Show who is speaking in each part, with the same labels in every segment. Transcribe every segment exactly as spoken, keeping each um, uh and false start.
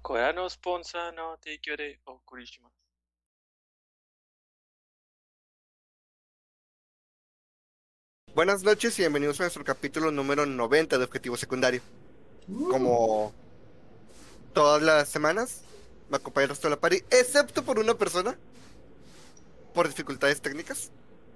Speaker 1: これのスポンサーの提供でお送りします。
Speaker 2: Buenas noches y bienvenidos a nuestro capítulo número noventa de Objetivo Secundario. Como todas las semanas, me acompaña el resto de la party, excepto por una persona, por dificultades técnicas.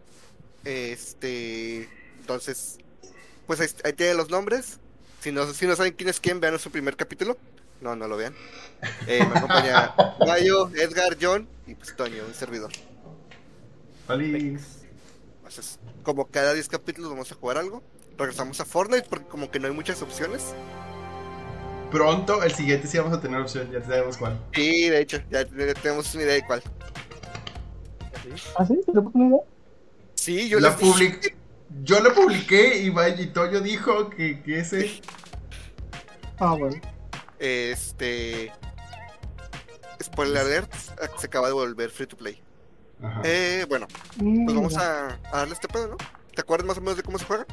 Speaker 2: Este, entonces, pues ahí, ahí tienen los nombres. Si no, si no saben quién es quién, vean su primer capítulo. No, no lo vean. Eh, me acompaña Mayo, Edgar, John y pues Toño, un servidor.
Speaker 3: Feliz.
Speaker 2: Entonces, como cada diez capítulos vamos a jugar algo. Regresamos a Fortnite porque como que no hay muchas opciones.
Speaker 3: Pronto, el siguiente sí vamos a tener opción, ya sabemos cuál.
Speaker 2: Sí, de hecho, ya tenemos una idea de cuál.
Speaker 4: ¿Ah, sí? ¿Tenemos una idea?
Speaker 2: Sí, yo
Speaker 3: La
Speaker 2: les
Speaker 3: public...
Speaker 2: dije.
Speaker 3: Yo lo publiqué y, y Toño dijo que, que ese...
Speaker 4: Ah, bueno.
Speaker 2: Este... Spoiler alert, se acaba de volver free to play.
Speaker 3: Ajá.
Speaker 2: Eh, bueno,
Speaker 4: Mm,
Speaker 2: pues vamos
Speaker 4: ya.
Speaker 2: a, a darle este pedo, ¿no? ¿Te acuerdas más o menos de cómo se juega?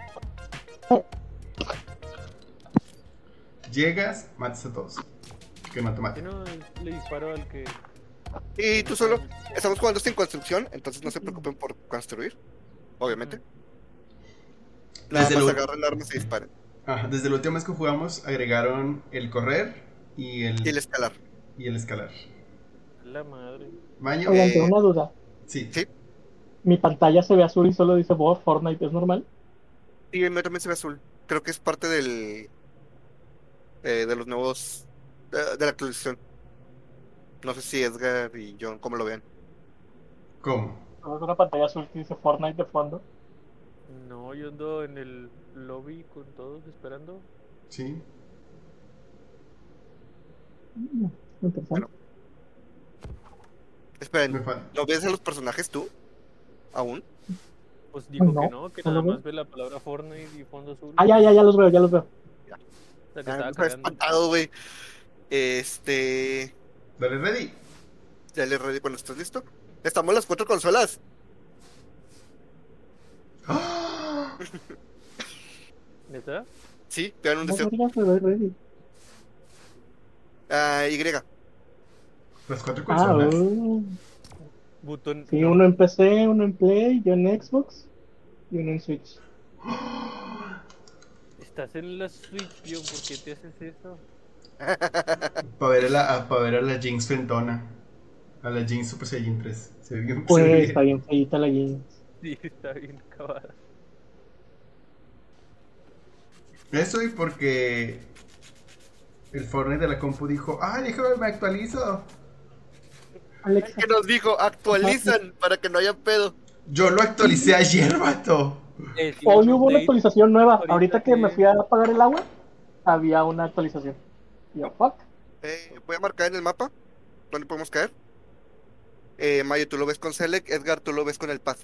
Speaker 3: Llegas, matas a todos. Que no te
Speaker 1: ¿Por qué
Speaker 3: maten.
Speaker 1: no le disparo al que...
Speaker 2: Y tú solo. Estamos jugando sin construcción, entonces no se preocupen por construir, obviamente. Nada
Speaker 3: Desde
Speaker 2: más
Speaker 3: lo-
Speaker 2: agarren armas y disparen.
Speaker 3: Ajá, desde la última vez que jugamos agregaron el correr y el,
Speaker 2: Y el escalar.
Speaker 3: y el escalar.
Speaker 1: La madre.
Speaker 3: Maño,
Speaker 4: Oigan,
Speaker 2: Eh,
Speaker 4: tengo una duda.
Speaker 3: sí.
Speaker 2: Sí,
Speaker 4: Mi pantalla se ve azul y solo dice Bob Fortnite, ¿es normal?
Speaker 2: y el mío también se ve azul. Creo que es parte del. Eh, de los nuevos. De, de la actualización. No sé si Edgar y John, ¿cómo lo vean?
Speaker 3: ¿Cómo?
Speaker 4: Tengo una pantalla azul que dice Fortnite de fondo.
Speaker 1: No, yo ando en el lobby con todos esperando.
Speaker 3: Sí.
Speaker 4: Mm, interesante.
Speaker 2: Bueno. Esperen,
Speaker 3: Me falta.
Speaker 2: ¿no ves a los personajes tú? ¿Aún?
Speaker 1: Pues dijo
Speaker 4: No,
Speaker 1: que no, que
Speaker 4: no
Speaker 1: nada
Speaker 4: lo veo.
Speaker 1: más ve la palabra Fortnite y fondo azul.
Speaker 4: Ah, ya, ya, ya los veo, ya los veo.
Speaker 1: O sea, que
Speaker 2: Ah,
Speaker 1: estaba
Speaker 2: me había
Speaker 1: cargando.
Speaker 2: espantado, güey. Este.
Speaker 3: Dale ready.
Speaker 2: Ya le ready cuando estés listo. Estamos en las cuatro consolas.
Speaker 3: ¡Ah!
Speaker 1: ¿Neta?
Speaker 2: Sí, te dan un
Speaker 4: No
Speaker 2: deseo.
Speaker 4: me digas, me voy ready.
Speaker 2: Ah, Y.
Speaker 3: Las cuatro
Speaker 4: Ah,
Speaker 3: consolas.
Speaker 4: uh,
Speaker 1: Botón.
Speaker 4: sí,
Speaker 1: no.
Speaker 4: uno en P C, uno en Play, yo en Xbox y uno en Switch.
Speaker 1: Estás en la Switch, John, ¿por qué te haces eso?
Speaker 3: Para ver a la, para ver a la Jinx Fentona. A la Jinx Super Saiyan tres. Se ve bien. se ve
Speaker 4: Pues
Speaker 3: bien.
Speaker 4: está bien feita la Jinx.
Speaker 1: Sí, está bien acabada.
Speaker 3: Eso y porque el Fortnite de la compu dijo, ay, déjame me actualizo.
Speaker 4: Alexa,
Speaker 2: Que nos dijo, actualizan para que no haya pedo.
Speaker 3: Yo lo actualicé ayer, vato.
Speaker 1: Eh, sí,
Speaker 4: hoy
Speaker 1: un
Speaker 4: hubo una
Speaker 1: update.
Speaker 4: actualización nueva.
Speaker 1: Ahorita
Speaker 4: Ahorita que me
Speaker 1: que-
Speaker 4: fui a apagar el agua, había una actualización. Y yo, fuck.
Speaker 2: Eh, voy a marcar en el mapa dónde podemos caer. Eh, Mayo, tú lo ves con Select. Edgar, tú lo ves con el Pad.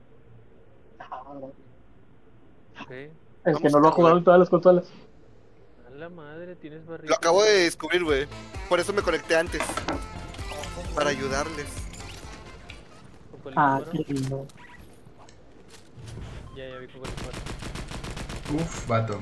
Speaker 1: Ok.
Speaker 4: El
Speaker 2: Vamos
Speaker 4: que no
Speaker 2: a
Speaker 4: lo ha jugado
Speaker 2: jugar.
Speaker 4: en todas las consolas.
Speaker 1: A la madre, tienes barrita.
Speaker 2: Lo acabo de descubrir, güey. Por eso me conecté antes. Para ayudarles.
Speaker 1: ¿Con cuál
Speaker 4: Ah,
Speaker 1: número?
Speaker 4: qué lindo.
Speaker 1: Ya, ya vi con cuál número.
Speaker 3: Uf, vato.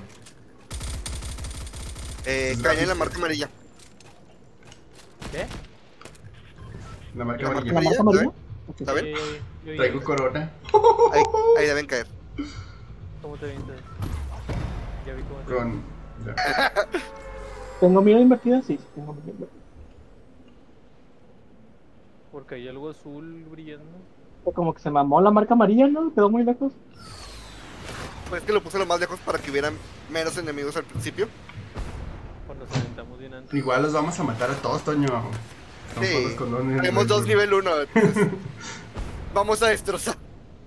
Speaker 2: Eh,
Speaker 3: Pues
Speaker 2: caen en la
Speaker 3: gráficos.
Speaker 2: marca amarilla.
Speaker 1: ¿Qué?
Speaker 3: La marca
Speaker 2: La marca
Speaker 3: amarilla.
Speaker 4: ¿La marca
Speaker 2: amarilla,
Speaker 4: amarilla? Ok.
Speaker 2: ¿saben?
Speaker 1: Ya, ya vi, yo vi.
Speaker 3: Traigo corona.
Speaker 2: Ahí, ahí deben caer.
Speaker 1: ¿Cómo te avientas? Ya vi cómo te
Speaker 3: Con. ya.
Speaker 4: ¿Tengo mira invertida? Sí, sí, tengo mira invertida.
Speaker 1: Porque hay algo azul brillando.
Speaker 4: Como que se mamó la marca amarilla, ¿no? Quedó muy lejos.
Speaker 2: Pues es que lo puse lo más lejos para que hubieran menos enemigos al principio.
Speaker 1: Cuando nos aventamos bien antes.
Speaker 3: Igual los vamos a matar a todos, Toño. Estamos
Speaker 2: Sí,
Speaker 3: todos con dos niveles.
Speaker 2: tenemos dos nivel uno. Vamos a destrozar.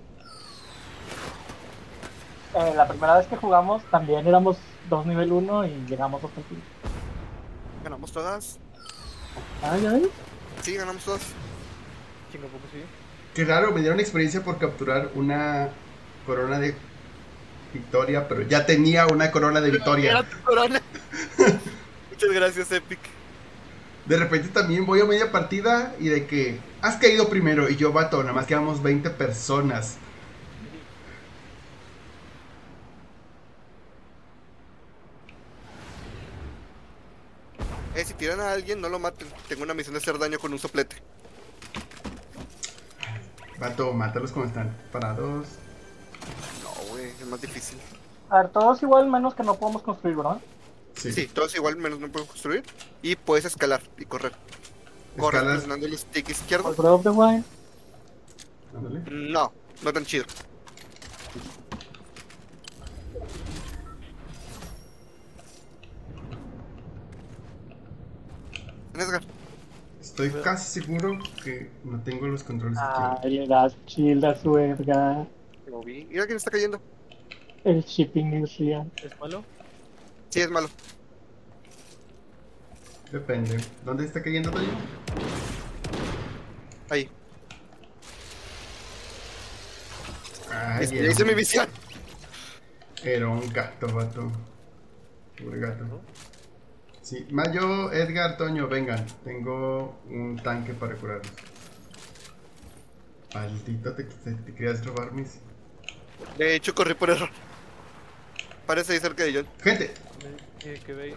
Speaker 4: Eh, la primera vez que jugamos también éramos dos nivel uno y llegamos hasta el fin.
Speaker 2: Ganamos todas.
Speaker 4: Ah, ya ves.
Speaker 2: Sí, ganamos todas.
Speaker 1: Chinga, poco sí.
Speaker 3: Qué raro, me dieron experiencia por capturar una corona de victoria, pero ya tenía una corona de
Speaker 2: Era
Speaker 3: victoria.
Speaker 2: tu corona. Muchas gracias, Epic.
Speaker 3: De repente también voy a media partida y de que has caído primero y yo, vato, nada más quedamos veinte personas.
Speaker 2: Eh, si tiran a alguien, no lo maten. Tengo una misión de hacer daño con un soplete.
Speaker 3: Vato, mátalos como están parados.
Speaker 2: No, güey, es más difícil.
Speaker 4: A ver, todos igual, menos que no podemos construir, ¿verdad?
Speaker 3: Sí.
Speaker 2: Sí, todos igual, menos no pueden construir. Y puedes escalar y correr. Corres
Speaker 3: Escalas.
Speaker 2: presionando el stick izquierdo.
Speaker 4: Al Breath of the Wild.
Speaker 3: Ándale.
Speaker 2: No, no tan chido. Edgar,
Speaker 3: Estoy casi seguro que no tengo los controles
Speaker 4: Ah,
Speaker 3: aquí.
Speaker 4: le das chill a su Edgar.
Speaker 2: lo vi. Mira quién está cayendo.
Speaker 4: El shipping is real.
Speaker 1: ¿Es malo?
Speaker 2: Sí, es malo.
Speaker 3: Depende. ¿Dónde está cayendo Toyo?
Speaker 2: Ahí.
Speaker 3: Ay,
Speaker 2: Es-
Speaker 3: era,
Speaker 2: ya hice mi
Speaker 3: un,
Speaker 2: misión.
Speaker 3: era un gato, vato. Pobre gato. Sí, Mayo, Edgar, Toño, vengan. Tengo un tanque para curarlos. Maldito, te, te, te querías robar mis.
Speaker 2: De hecho, corrí por error. Parece ahí cerca de John.
Speaker 3: Gente,
Speaker 1: Que, que ve.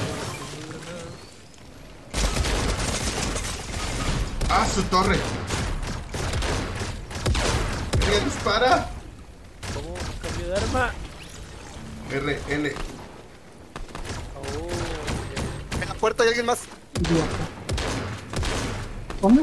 Speaker 3: ¡ah, su torre! ¡Edgar, dispara!
Speaker 1: ¿Cómo cambio de arma?
Speaker 3: R, L.
Speaker 1: Oh,
Speaker 2: En la puerta hay alguien más.
Speaker 4: Idiota. ¿Dónde?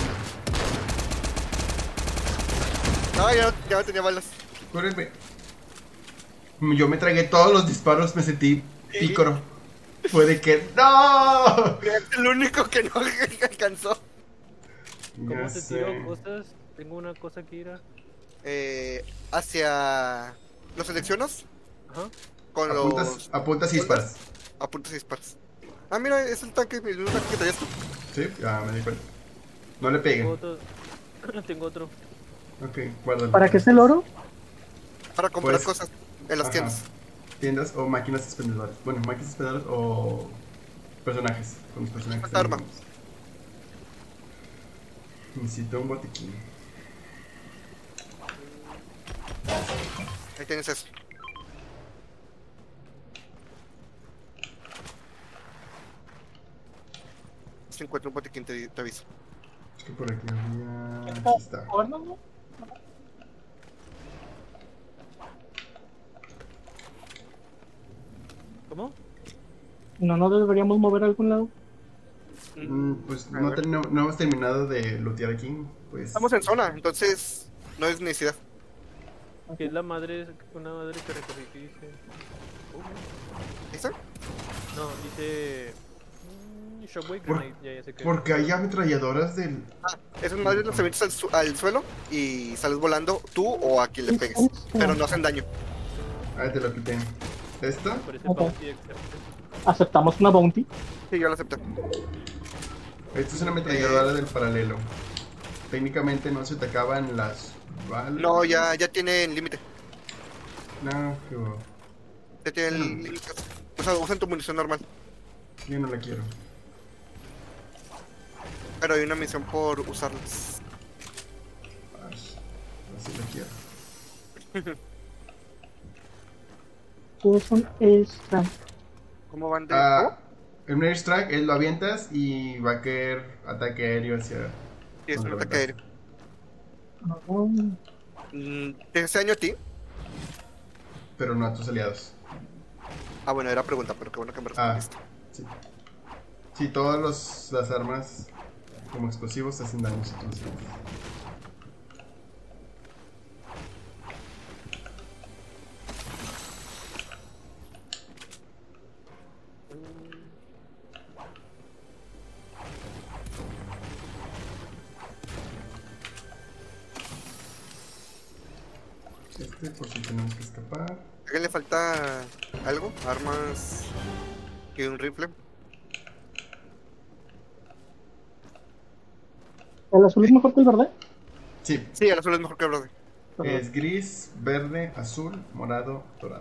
Speaker 2: No, ya, ya no tenía balas.
Speaker 3: Cúrenme. Yo me tragué todos los disparos, me sentí pícoro. Puede que. ¡No!
Speaker 2: Es el único que no alcanzó.
Speaker 1: ¿cómo
Speaker 3: Ya
Speaker 1: te
Speaker 3: sé.
Speaker 1: tiro cosas? Tengo una cosa que ir a.
Speaker 2: Eh, hacia. ¿Lo seleccionas?
Speaker 1: Ajá.
Speaker 2: Con
Speaker 3: Apuntas,
Speaker 2: los.
Speaker 3: apuntas y disparas.
Speaker 2: Apuntas y disparas. Ah, mira, es el tanque, el mismo tanque que traías tú.
Speaker 3: Sí, ya me di cuenta. No le
Speaker 1: Tengo
Speaker 3: peguen.
Speaker 1: otro. Tengo otro.
Speaker 3: Ok, guárdalo.
Speaker 4: ¿Para qué es el oro?
Speaker 2: Para comprar
Speaker 3: Pues,
Speaker 2: cosas en las
Speaker 3: Ajá.
Speaker 2: tiendas.
Speaker 3: Tiendas o máquinas expendedoras. Bueno, máquinas expendedoras o personajes. Con los personajes.
Speaker 2: Falta arma.
Speaker 3: tenemos. Necesito un botiquín.
Speaker 2: Ahí tienes eso. Si encuentro un botiquín, te, te aviso.
Speaker 3: Es que por aquí había.
Speaker 4: ¿Está?
Speaker 3: Aquí está.
Speaker 4: ¿Gobernando?
Speaker 1: ¿Cómo?
Speaker 4: ¿No nos deberíamos mover a algún lado?
Speaker 3: Mm, pues
Speaker 2: A
Speaker 3: no,
Speaker 2: ver.
Speaker 3: ten- no- no hemos terminado de lootear aquí. Pues.
Speaker 2: Estamos en zona, entonces no es necesidad.
Speaker 1: Que es la madre. Una madre que recogí que dice. Uh,
Speaker 2: ¿Esa?
Speaker 1: no, dice. mm, Shockwave
Speaker 3: Por-
Speaker 1: Grenade. Ya, ya sé que.
Speaker 3: Porque hay ametralladoras del.
Speaker 2: Ah, esas madres las avientas al, su- al suelo y sales volando tú o a quien le pegues. Pero no hacen daño.
Speaker 3: Ah, te lo quité. ¿Esta?
Speaker 1: Parece
Speaker 4: Ok.
Speaker 1: bounty extra.
Speaker 4: ¿Aceptamos una bounty?
Speaker 2: Sí, yo lo acepté.
Speaker 3: Esta es una ametralladora del paralelo. Técnicamente no se te acaban las balas.
Speaker 2: No, ya, ya tienen límite.
Speaker 3: No, qué bobo.
Speaker 2: Ya tienen
Speaker 3: Mm.
Speaker 2: límites. O sea, usan tu munición normal.
Speaker 3: Yo no la quiero.
Speaker 2: Pero hay una misión por usarlas.
Speaker 3: Ay, así la quiero.
Speaker 4: Todos son extra.
Speaker 2: ¿Cómo van de.?
Speaker 3: Ah, en un airstrike eh, lo avientas y va a caer ataque aéreo hacia.
Speaker 2: Sí, es un
Speaker 3: donde lo
Speaker 2: ataque aéreo.
Speaker 3: aventaste.
Speaker 4: Ah,
Speaker 2: Mm, ¿Te hace daño a ti?
Speaker 3: Pero no a tus aliados.
Speaker 2: Ah, bueno, era pregunta, pero qué bueno que me
Speaker 3: Ah,
Speaker 2: respondiste.
Speaker 3: sí. Sí, todas los, las armas como explosivos hacen daño a tus aliados. Este por si tenemos que escapar.
Speaker 2: ¿A qué le falta algo? ¿Armas? ¿Y un rifle?
Speaker 4: ¿El azul es mejor que el verde?
Speaker 3: Sí,
Speaker 2: Sí, el azul es mejor que el verde.
Speaker 3: es gris, verde, azul, morado, dorado.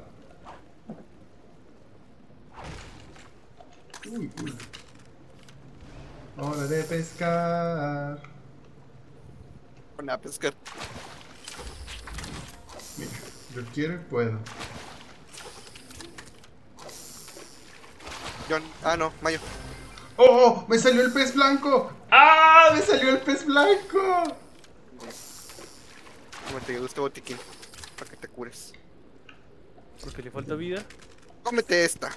Speaker 3: Uy, uy. Hora de pescar.
Speaker 2: Con a pescar.
Speaker 3: Mira, yo quiero y puedo.
Speaker 2: John. Ah, no, Mayo.
Speaker 3: ¡Oh, oh! ¡Me salió el pez blanco! ¡Ah! ¡Me salió el pez blanco!
Speaker 2: Como te gusta botiquín, para que te cures.
Speaker 1: Porque le falta vida.
Speaker 2: Cómete esta.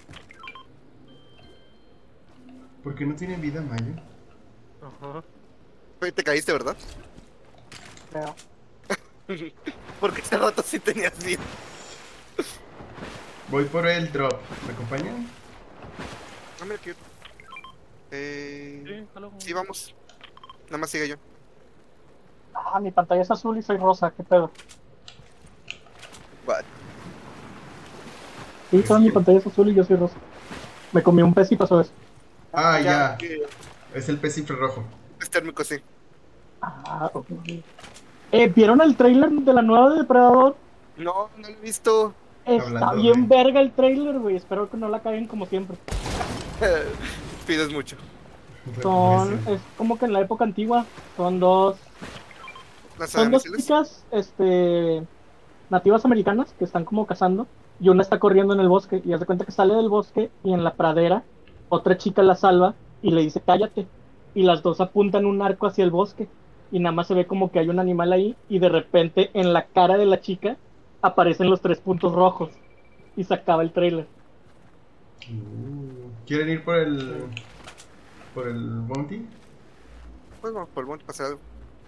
Speaker 3: ¿Por qué no tiene vida, Mayo?
Speaker 1: Ajá.
Speaker 2: Oye, te caíste, ¿verdad?
Speaker 4: Creo.
Speaker 2: Porque este rato sí tenías vida.
Speaker 3: Voy por el drop. ¿Me acompañan?
Speaker 2: Ah, mira, que... Eh...
Speaker 1: Sí, jalo.
Speaker 2: Sí, vamos. Nada más sigue yo.
Speaker 4: Ah, mi pantalla es azul y soy rosa, qué pedo.
Speaker 2: What?
Speaker 4: Sí, toda mi pantalla es azul y yo soy rosa. Me comí un pez y pasó eso.
Speaker 3: Ah, ya.
Speaker 2: que-
Speaker 3: Es el pez infrarrojo.
Speaker 2: Es térmico, sí.
Speaker 4: Ah, ok. Eh, ¿vieron el trailer de la nueva de Depredador?
Speaker 2: No, no lo he visto.
Speaker 4: Está
Speaker 3: Hablando
Speaker 4: bien
Speaker 3: de-
Speaker 4: verga el trailer, güey. Espero que no la caguen como siempre.
Speaker 2: Pides mucho.
Speaker 4: Son, es como que en la época antigua, son dos,
Speaker 2: Las
Speaker 4: son dos
Speaker 2: misiles.
Speaker 4: chicas, este, nativas americanas que están como cazando y una está corriendo en el bosque y haz de cuenta que sale del bosque y en la pradera otra chica la salva y le dice cállate y las dos apuntan un arco hacia el bosque y nada más se ve como que hay un animal ahí y de repente en la cara de la chica aparecen los tres puntos rojos y se acaba el trailer.
Speaker 3: Uh, ¿Quieren ir por el. por el bounty?
Speaker 2: Pues vamos por el monte pasado.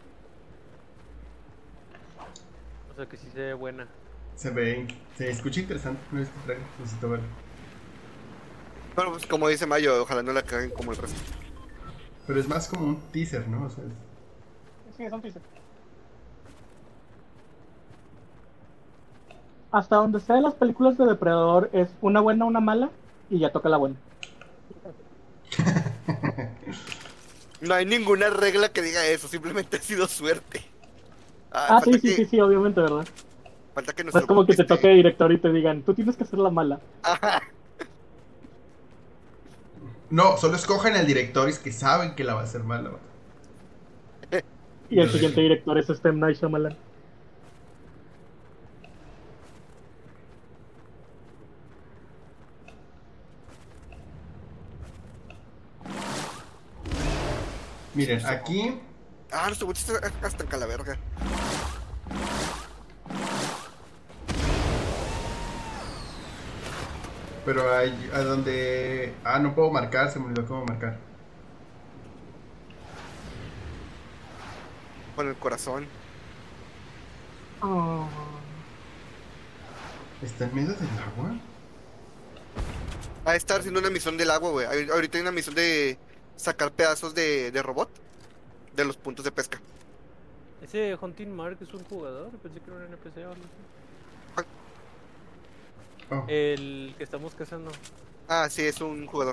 Speaker 1: O sea que sí se ve buena.
Speaker 3: Se ve. Se escucha interesante. No es que trailer. Necesito verlo.
Speaker 2: Bueno, pues como dice Mayo, ojalá no la caguen como el resto.
Speaker 3: Pero es más como un teaser, ¿no? O sea, es-
Speaker 4: Sí, son teaser. Hasta donde sea las películas de Depredador es una buena, una mala y ya toca la buena.
Speaker 2: No hay ninguna regla que diga eso, simplemente ha sido suerte. Ah,
Speaker 4: Ah,
Speaker 2: falta
Speaker 4: sí, sí,
Speaker 2: que,
Speaker 4: sí, sí, obviamente, ¿verdad?
Speaker 2: falta que
Speaker 4: No
Speaker 2: nuestro
Speaker 4: es como que te
Speaker 2: este-
Speaker 4: toque director y te digan, tú tienes que hacer la mala.
Speaker 2: Ajá.
Speaker 3: No, solo escogen el director y es que saben que la va a hacer mala. vato.
Speaker 4: Y el
Speaker 3: Lo
Speaker 4: siguiente
Speaker 3: dejan.
Speaker 4: director es este M. Night Shyamalan.
Speaker 3: Miren, aquí.
Speaker 2: Ah, nuestro bote está hasta en Calaverga.
Speaker 3: Pero hay. A donde. Ah, no puedo marcar, se me olvidó cómo marcar.
Speaker 2: Con el corazón.
Speaker 4: Oh.
Speaker 3: ¿Está en medio del agua?
Speaker 2: Va a estar haciendo una misión del agua, güey. Ahor- Ahorita hay una misión de sacar pedazos de, de robot de los puntos de pesca.
Speaker 1: Ese Hunting Mark es un jugador. Pensé que era un N P C o algo así.
Speaker 3: Oh.
Speaker 1: El que estamos cazando.
Speaker 2: Ah, sí, es un jugador.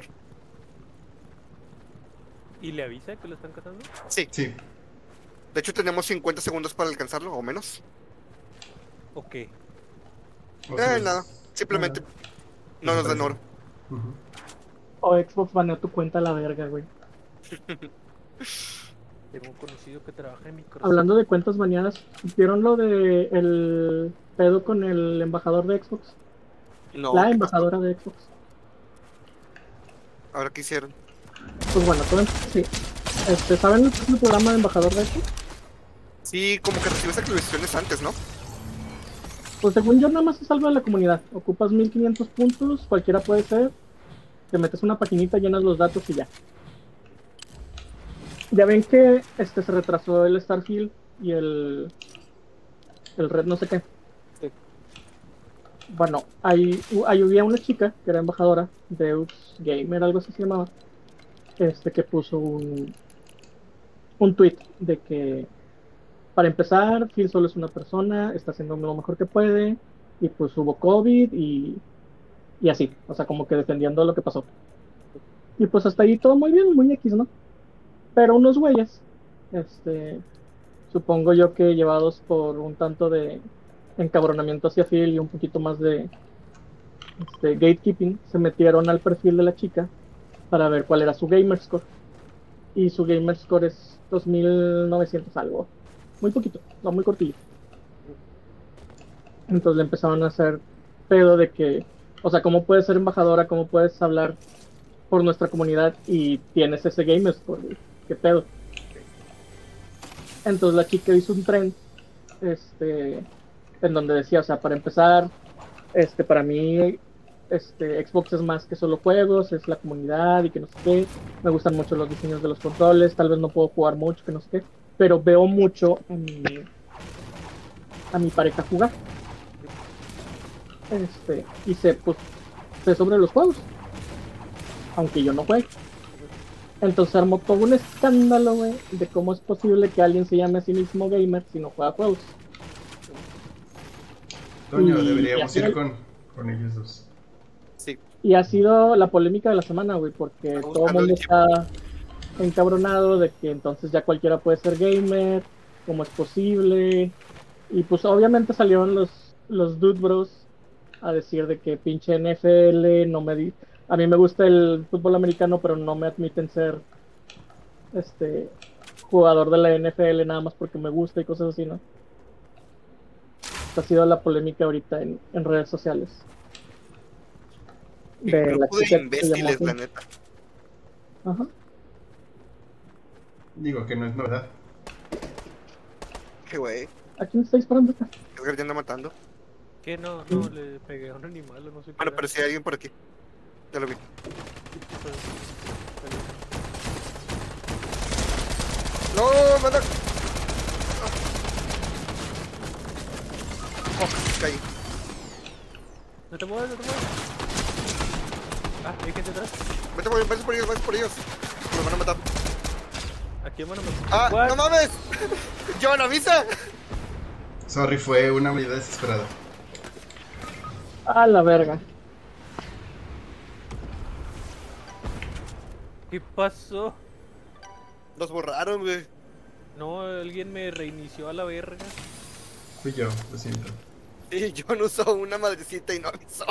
Speaker 1: ¿Y le avisa que lo están cazando?
Speaker 2: Sí.
Speaker 3: Sí.
Speaker 2: De hecho, tenemos cincuenta segundos para alcanzarlo, o menos.
Speaker 1: Ok.
Speaker 3: O
Speaker 2: Eh,
Speaker 3: sea,
Speaker 2: nada. Simplemente no nos dan oro.
Speaker 3: Ujú.
Speaker 4: O Xbox baneó tu cuenta a la verga, güey.
Speaker 1: Tengo un conocido que trabaja en Microsoft.
Speaker 4: Hablando de cuentas baneadas, ¿vieron lo de el pedo con el embajador de Xbox?
Speaker 2: No,
Speaker 4: La
Speaker 2: ¿qué pasó?
Speaker 4: embajadora de Xbox.
Speaker 2: Ahora qué hicieron.
Speaker 4: Pues bueno, todo sí. Este, ¿saben qué es el programa de embajador de Xbox?
Speaker 2: Sí, como que recibes actualizaciones antes, ¿no?
Speaker 4: Pues según yo, nada más es algo de la comunidad. Ocupas mil quinientos puntos, cualquiera puede ser. Te metes una paginita, llenas los datos y ya. Ya ven que este se retrasó el Starfield y el el Red no sé qué.
Speaker 2: Sí.
Speaker 4: Bueno, ahí, ahí había una chica que era embajadora, Deus Gamer, algo así se llamaba, este que puso un un tweet de que para empezar, Phil solo es una persona, está haciendo lo mejor que puede, y pues hubo COVID y, y así, o sea, como que defendiendo lo que pasó. Y pues hasta ahí todo muy bien, muy X, ¿no? Pero unos güeyes, este, supongo yo que llevados por un tanto de encabronamiento hacia Phil y un poquito más de este, gatekeeping, se metieron al perfil de la chica para ver cuál era su gamer score. Y su gamer score es dos mil novecientos algo. Muy poquito, no muy cortillo. Entonces le empezaron a hacer pedo de que, o sea, ¿cómo puedes ser embajadora? ¿Cómo puedes hablar por nuestra comunidad y tienes ese gamer score, güey. ¿Qué pedo? Entonces la chica hizo un trend, este, en donde decía, o sea, para empezar, este, para mí, este, Xbox es más que solo juegos, es la comunidad y que no sé qué. Me gustan mucho los diseños de los controles, tal vez no puedo jugar mucho, que no sé qué, pero veo mucho a mi, a mi pareja jugar. Este, y sé, pues, sé sobre los juegos, aunque yo no juegue. Entonces armó todo un escándalo, güey, de cómo es posible que alguien se llame a sí mismo gamer si no juega juegos.
Speaker 3: Toño,
Speaker 4: Y-
Speaker 3: deberíamos
Speaker 4: y
Speaker 3: ir
Speaker 4: así-
Speaker 3: con, con ellos dos.
Speaker 2: Sí.
Speaker 4: Y ha sido la polémica de la semana, güey, porque
Speaker 2: Está
Speaker 4: todo el
Speaker 2: buscando
Speaker 4: mundo
Speaker 2: el equipo.
Speaker 4: está encabronado de que entonces ya cualquiera puede ser gamer, cómo es posible. Y pues obviamente salieron los, los Dude Bros a decir de que pinche N F L no me di... A mí me gusta el fútbol americano, pero no me admiten ser este jugador de la N F L nada más porque me gusta y cosas así, ¿no? Esta ha sido la polémica ahorita en, en redes sociales.
Speaker 2: El
Speaker 4: De la
Speaker 2: grupo de
Speaker 4: chica que se llamó
Speaker 2: imbéciles,
Speaker 4: así.
Speaker 2: la neta.
Speaker 4: Ajá.
Speaker 3: Digo que no es novedad.
Speaker 2: Qué güey.
Speaker 4: ¿A quién está disparando acá?
Speaker 2: Edgar ya anda matando.
Speaker 1: ¿Qué? No, no, le pegué a un animal o no sé qué.
Speaker 2: Bueno,
Speaker 1: era.
Speaker 2: pero si hay alguien por aquí. Ya lo vi. No, manda. Oh, caí.
Speaker 1: No te muevas, no te muevas. Ah, hay gente atrás.
Speaker 2: Vete por, vete por ellos, vete por ellos. Me van a matar.
Speaker 1: Aquí, hermano.
Speaker 2: ¡Ah!
Speaker 1: What?
Speaker 2: ¡No mames! ¡John, avisa!
Speaker 3: Sorry, fue una medida desesperada.
Speaker 4: A la verga.
Speaker 1: ¿Qué pasó?
Speaker 2: Nos borraron, güey.
Speaker 1: No, alguien me reinició a la verga.
Speaker 3: Fui yo, lo siento.
Speaker 2: Y John usó una madrecita y no avisó.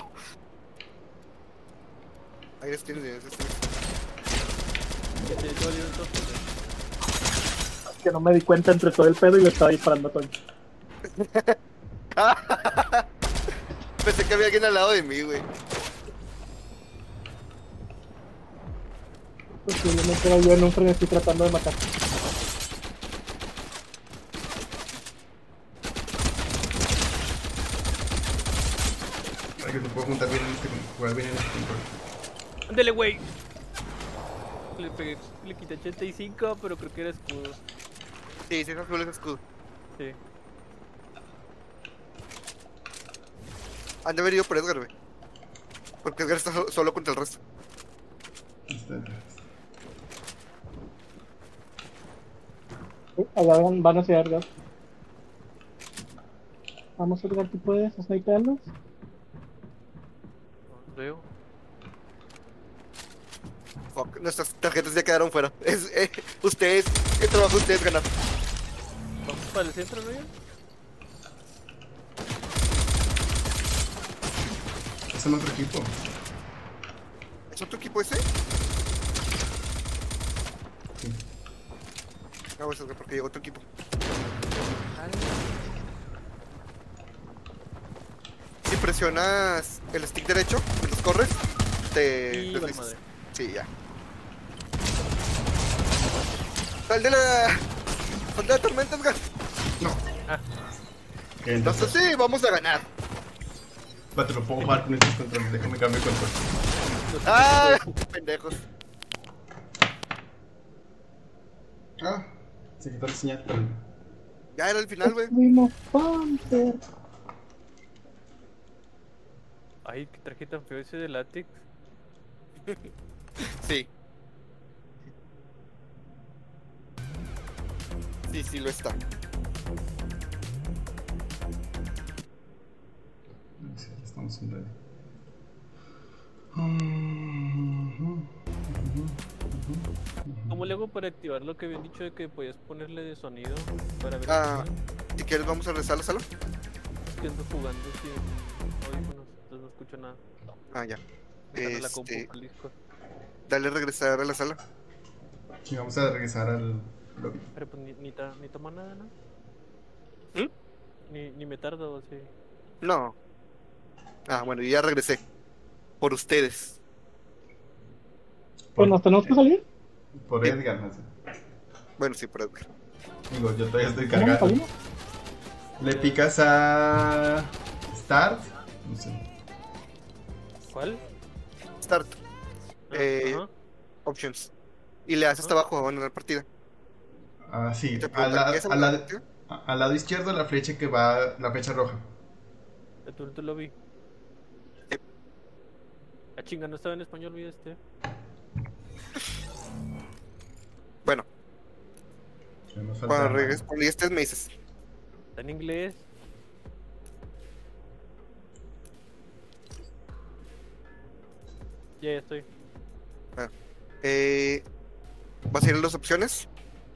Speaker 2: Ahí les tienes, ahí les tienes.
Speaker 1: Ya te te valió todo.
Speaker 4: Que no me di cuenta entre todo el pedo y le estaba disparando a Toño.
Speaker 2: Pensé que había alguien al lado de mí, güey.
Speaker 4: Posiblemente era yo en un frenesí tratando de matar.
Speaker 3: Para que se pueda juntar bien en este jugar bien en este control.
Speaker 1: Ándale, güey. Le pegué, le quité ochenta y cinco, pero creo que era escudo.
Speaker 2: Sí, sí, es azul, es escudo.
Speaker 1: Sí.
Speaker 2: Han de haber ido por Edgar, güey. Porque Edgar está so- solo contra el resto.
Speaker 3: Está atrás.
Speaker 4: Sí, allá van, van hacia Edgar. Vamos, Edgar, ¿tú puedes snipearlos?
Speaker 1: No veo.
Speaker 2: Fuck, nuestras tarjetas ya quedaron fuera. Es, eh, ustedes, el trabajo de ustedes ganar.
Speaker 1: Vamos para el centro, ¿no? Ya?
Speaker 3: Es en otro equipo.
Speaker 2: ¿Es otro equipo ese?
Speaker 3: Sí.
Speaker 2: No, es Edgar, porque llegó otro equipo. Si presionas el stick derecho, mientras corres, te
Speaker 1: Y vale
Speaker 2: deslizas.
Speaker 1: madre.
Speaker 2: Sí, ya. ¡Sal de la... ¡Sal de la tormenta, Edgar!
Speaker 3: No.
Speaker 1: Ah.
Speaker 3: ¿Qué
Speaker 2: Entonces
Speaker 3: entonces?
Speaker 2: sí, vamos a ganar.
Speaker 3: Va, te lo puedo jugar con estos controles. Déjame cambiar el control.
Speaker 2: ¡Ah! Pendejos.
Speaker 3: Ah, se quitó la señal. Pero...
Speaker 2: Ya era el final, güey.
Speaker 4: Vimos Panther.
Speaker 1: Ay, qué traje tan feo ese de látex.
Speaker 2: Sí. Sí, sí lo está.
Speaker 3: Sí, ya estamos en ready. Mhm.
Speaker 1: ¿Cómo le hago para activar lo que habían dicho de que podías ponerle de sonido para ver
Speaker 2: Ah,
Speaker 1: el
Speaker 2: si quieres vamos a regresar a la sala.
Speaker 1: sonido? Que ando jugando sin audífonos, entonces no escucho nada.
Speaker 2: Ah, ya.
Speaker 1: Dejando la compu
Speaker 2: Este,
Speaker 1: al disco.
Speaker 2: dale regresar a la sala.
Speaker 3: Sí, vamos a regresar al lobby.
Speaker 1: Pero pues ni, ni, ta- ni toma nada, ¿no?
Speaker 2: ¿Mm?
Speaker 1: Ni, ni me tardo, sí.
Speaker 2: No. Ah, bueno, yo ya regresé. Por ustedes.
Speaker 4: Pues nos tenemos que salir.
Speaker 3: Por
Speaker 2: Sí.
Speaker 3: Edgar, no sé.
Speaker 2: Bueno, sí, por Edgar.
Speaker 3: Digo, yo todavía estoy
Speaker 4: ¿Cómo nos
Speaker 3: cargando.
Speaker 4: salimos?
Speaker 3: Le picas a Start. No sé.
Speaker 1: ¿Cuál?
Speaker 2: Start.
Speaker 1: Ah,
Speaker 2: Eh,
Speaker 1: ajá.
Speaker 2: Options. Y le das hasta
Speaker 1: Ajá.
Speaker 2: abajo a abandonar partida.
Speaker 3: Ah, sí.
Speaker 2: Y te
Speaker 3: Al
Speaker 2: pregunta, ¿quieres
Speaker 3: la- al
Speaker 2: abandonar
Speaker 3: la-
Speaker 2: partida?
Speaker 3: a- al lado izquierdo la flecha que va. La flecha roja.
Speaker 1: El turno lo vi.
Speaker 2: Sí.
Speaker 1: Ah, chinga, no estaba en español, vi este.
Speaker 2: Bueno,
Speaker 3: Ya nos falta
Speaker 2: cuando
Speaker 3: más.
Speaker 2: regreses, cuando ya estés, me dices.
Speaker 1: Está en inglés. Ya, ya estoy.
Speaker 2: Eh, ¿Vas a ir a las opciones?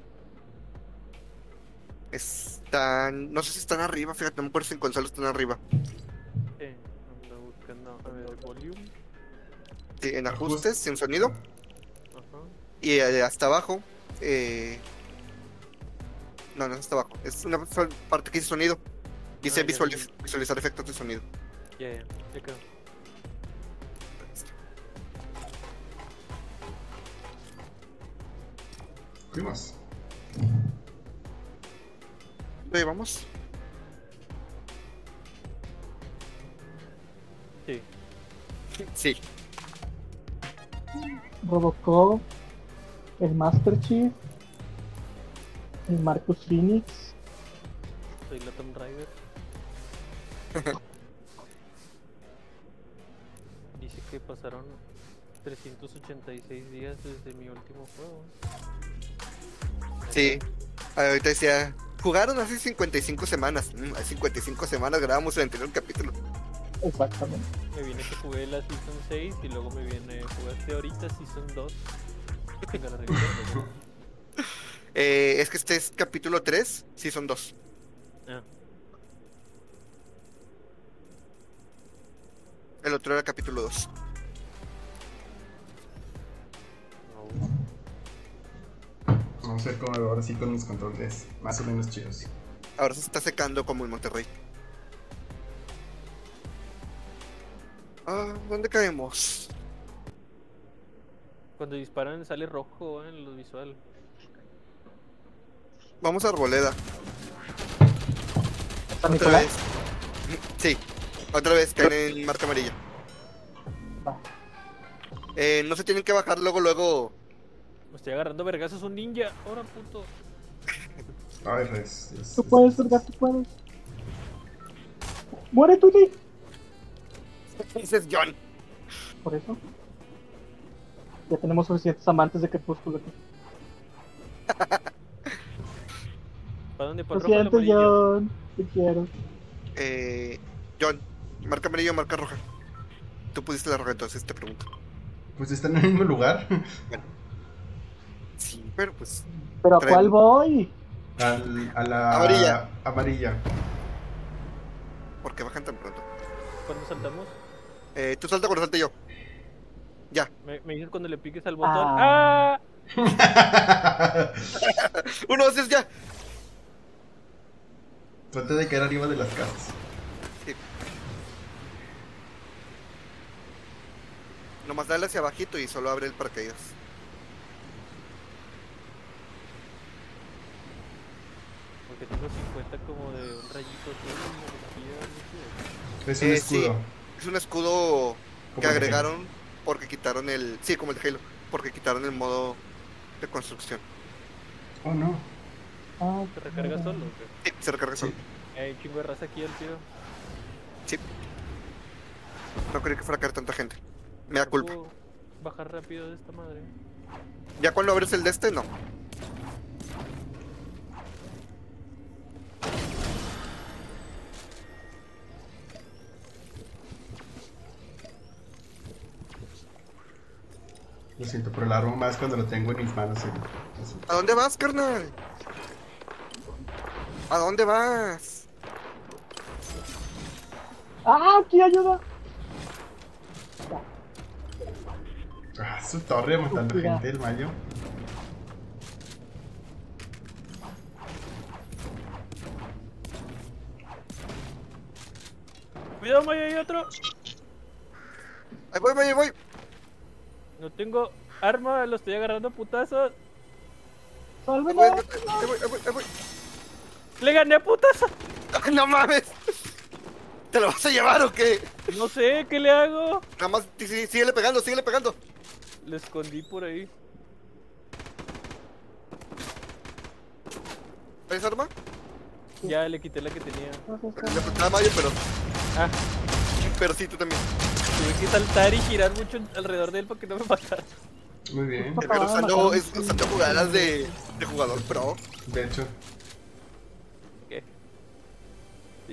Speaker 2: Están. No sé si están arriba, fíjate, no me acuerdo si en consola están arriba.
Speaker 1: Eh, ando buscando. A ver, volume.
Speaker 2: Sí, en
Speaker 3: Ajustes.
Speaker 2: ajustes, sin sonido.
Speaker 1: Ajá.
Speaker 2: Y eh, hasta abajo. Eh... No, no es hasta abajo. Es una sol- parte que dice sonido. Dice
Speaker 1: Ah, ya
Speaker 2: visualiz-
Speaker 1: vi.
Speaker 2: visualizar efectos de sonido.
Speaker 1: Ya, ya. Ya quedó.
Speaker 3: Fuimos.
Speaker 2: Ahí vamos.
Speaker 1: Sí.
Speaker 2: Sí.
Speaker 4: Robocop, el Master Chief, el Marcus Phoenix.
Speaker 1: Soy la Tomb Raider. Dice que pasaron trescientos ochenta y seis días desde mi último juego.
Speaker 2: Sí. Ahorita decía. Jugaron hace cincuenta y cinco semanas. Mm, hace cincuenta y cinco semanas grabamos el anterior capítulo.
Speaker 4: Exactamente.
Speaker 1: Me viene que jugué la Season seis y luego me viene jugaste ahorita Season dos. Tengo la revisar,
Speaker 2: Eh, es que este es capítulo tres, sí son dos.
Speaker 1: Ah,
Speaker 2: El otro era capítulo dos.
Speaker 1: no.
Speaker 3: Vamos a ver cómo ahora sí con mis controles más o menos chidos.
Speaker 2: Ahora se está secando como en Monterrey. Ah, ¿dónde caemos?
Speaker 1: Cuando disparan sale rojo eh, en lo visual.
Speaker 2: Vamos a Arboleda.
Speaker 4: San
Speaker 2: Otra
Speaker 4: Nicolás.
Speaker 2: vez. Sí, otra vez caen en marca amarilla.
Speaker 4: Va.
Speaker 2: Eh, no se tienen que bajar luego, luego.
Speaker 1: Me estoy agarrando vergazos un ninja. Ahora puto.
Speaker 3: Ay, res. es-
Speaker 4: Tú puedes, Edgar, tú puedes. Muere Tuti.
Speaker 2: Dices John.
Speaker 4: Por eso. Ya tenemos suficientes amantes de Crepúsculo aquí.
Speaker 1: ¿Para dónde? ¿Para
Speaker 4: Lo
Speaker 1: el rojo o el
Speaker 4: siento,
Speaker 1: amarillo?
Speaker 4: John. Te quiero.
Speaker 2: Eh, John, marca amarilla o marca roja. Tú pusiste la roja, entonces te pregunto.
Speaker 3: Pues están en el mismo lugar.
Speaker 2: Sí, pero pues.
Speaker 4: ¿Pero a
Speaker 2: Traen-
Speaker 4: cuál voy?
Speaker 3: Al- a la
Speaker 2: Amarilla.
Speaker 3: amarilla.
Speaker 2: ¿Por qué bajan tan pronto?
Speaker 1: ¿Cuándo saltamos?
Speaker 2: Eh, tú salta cuando salte yo. Ya.
Speaker 1: Me, me dices cuando le piques al botón.
Speaker 4: Ah.
Speaker 1: ¡Ah!
Speaker 2: Uno, dos, tres, ya.
Speaker 3: Trate de caer arriba de las casas.
Speaker 2: Nomás dale hacia abajito y solo abre el paracaídas.
Speaker 1: Porque tengo cincuenta como de un rayito azul. energía,
Speaker 3: Es un
Speaker 2: Eh,
Speaker 3: escudo.
Speaker 2: Es un escudo
Speaker 3: Como
Speaker 2: que
Speaker 3: el de
Speaker 2: agregaron porque quitaron el. Sí, como el de Halo. Porque quitaron el modo de construcción.
Speaker 3: Oh, no.
Speaker 4: Ah,
Speaker 1: ¿Se recarga solo o qué?
Speaker 2: Sí, se recarga
Speaker 3: Sí.
Speaker 2: solo.
Speaker 1: Hay un chingo de raza aquí al tiro.
Speaker 2: Sí. No creí que fuera a caer tanta gente. Me da culpa.
Speaker 1: ¿Puedo bajar rápido de esta madre?
Speaker 2: Ya cuando abres el de este, no.
Speaker 3: Lo siento, pero la armo más cuando lo tengo en mis manos. sí. Así.
Speaker 2: ¿A dónde vas, carnal? ¿A dónde vas?
Speaker 4: ¡Ah, aquí ayuda!
Speaker 3: Ah, su torre matando
Speaker 4: Estúpida.
Speaker 3: gente el mayo.
Speaker 1: Cuidado, Maya, hay otro.
Speaker 2: Ahí voy, voy, ahí voy.
Speaker 1: No tengo Arma, lo estoy agarrando a putazos.
Speaker 2: Ahí voy,
Speaker 4: ¡Sálvelo!
Speaker 2: ahí voy, ahí voy, ahí voy.
Speaker 1: Le gané a putazos.
Speaker 2: ¡Ay, no mames! ¿Te lo vas a llevar o qué?
Speaker 1: No sé, ¿qué le hago?
Speaker 2: Nada más, sí, sí, síguele pegando, síguele pegando.
Speaker 1: Le escondí por ahí.
Speaker 2: ¿Traes arma?
Speaker 1: Ya le quité la que tenía.
Speaker 2: Le apuntaba a Mayo, pero,
Speaker 1: Ah,
Speaker 2: pero sí, tú también.
Speaker 1: tuve que saltar y girar mucho alrededor de él para que no me matara.
Speaker 3: Muy bien.
Speaker 2: Edgar usando, es, usando jugadas de, de jugador pro.
Speaker 3: De hecho.
Speaker 1: ¿Qué? Sí.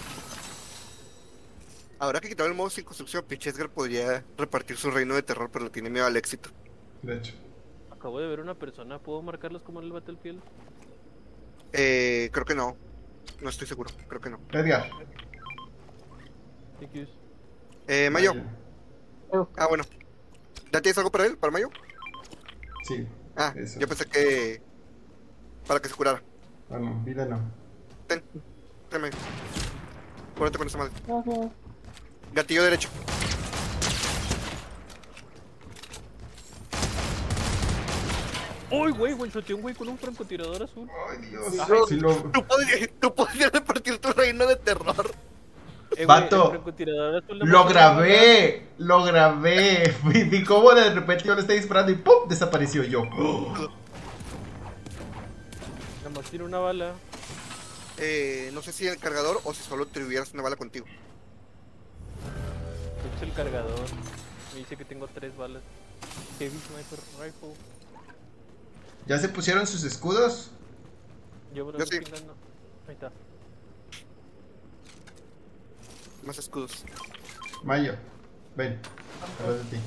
Speaker 2: Ahora que quitaron el modo sin construcción, pinche Edgar podría repartir su reino de terror, pero le tiene miedo al éxito.
Speaker 3: De hecho.
Speaker 1: Acabo de ver una persona. ¿Puedo marcarlos como en el Battlefield?
Speaker 2: Eh, creo que no. No estoy seguro, creo que no.
Speaker 3: Edgar.
Speaker 1: Thank you.
Speaker 2: Eh, Mayo.
Speaker 4: Eh,
Speaker 2: Ah, bueno. ¿Ya tienes algo para él? ¿Para Mayo?
Speaker 3: Sí.
Speaker 2: Ah,
Speaker 3: Eso.
Speaker 2: yo pensé que... para que se curara.
Speaker 3: Ah, no, vida no.
Speaker 2: Ten, tráeme. Cúrate con esa madre.
Speaker 4: Gracias.
Speaker 2: Gatillo derecho.
Speaker 1: ¡Uy, güey! One-shoteé un güey con un francotirador azul.
Speaker 3: Ay, Dios.
Speaker 2: Ay,
Speaker 3: Sí lo...
Speaker 2: Tú podrías, tú podrías repartir tu reino de terror.
Speaker 1: Eh, güey,
Speaker 3: Vato,
Speaker 1: el francotirador azul le
Speaker 3: Lo
Speaker 1: mató a
Speaker 3: grabé, lo grabé. Vi, vi cómo de repente yo le estaba disparando y ¡pum! Desapareció yo.
Speaker 1: una bala. Nada más tiene una bala.
Speaker 2: Eh, no sé si el cargador o si solo tuvieras una bala contigo.
Speaker 1: Es el cargador. Me dice que tengo tres balas. Heavy Sniper Rifle.
Speaker 3: ¿Ya se pusieron sus escudos?
Speaker 1: Yo me lo
Speaker 2: Yo
Speaker 1: estoy
Speaker 2: sí.
Speaker 1: pingando. Ahí está.
Speaker 2: Más escudos.
Speaker 3: Mayo, ven. Atrás de ti.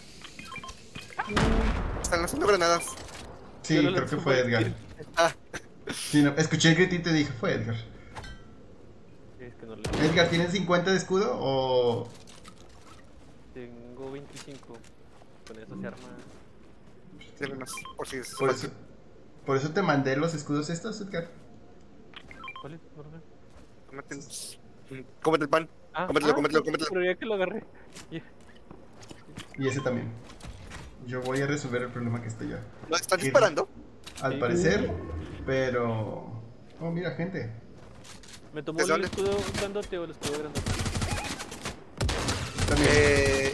Speaker 2: Están lanzando granadas.
Speaker 3: Sí,
Speaker 1: Yo no
Speaker 3: creo
Speaker 1: le
Speaker 3: que
Speaker 1: subo
Speaker 3: fue
Speaker 1: el
Speaker 3: Edgar.
Speaker 1: tiro.
Speaker 2: Ah,
Speaker 3: Sí, no, escuché el gritito y dije, fue Edgar.
Speaker 1: Es que no le
Speaker 3: Edgar, ¿tienes cincuenta de escudo o...?
Speaker 1: tengo veinticinco. Con eso se arma.
Speaker 2: tiene más. Por si es.
Speaker 3: Por eso, por eso te mandé los escudos estos, Edgar.
Speaker 1: ¿Cuál es? No lo veo.
Speaker 2: Cómete el- Cómete el pan.
Speaker 1: Ah,
Speaker 2: Cómetelo,
Speaker 1: ah,
Speaker 2: cómetelo,
Speaker 1: sí,
Speaker 2: cómetelo.
Speaker 1: Pero ya que lo agarré. Ya.
Speaker 3: Y ese también. Yo voy a resolver el problema que estoy yo.
Speaker 2: ¿No están
Speaker 3: ¿Qué?
Speaker 2: disparando?
Speaker 3: Al
Speaker 1: Sí.
Speaker 3: parecer, pero... Oh, mira, gente.
Speaker 1: ¿Me tomó
Speaker 2: ¿Desde
Speaker 1: el
Speaker 2: dónde?
Speaker 1: escudo grandote o el escudo grandote?
Speaker 3: También.
Speaker 2: Eh.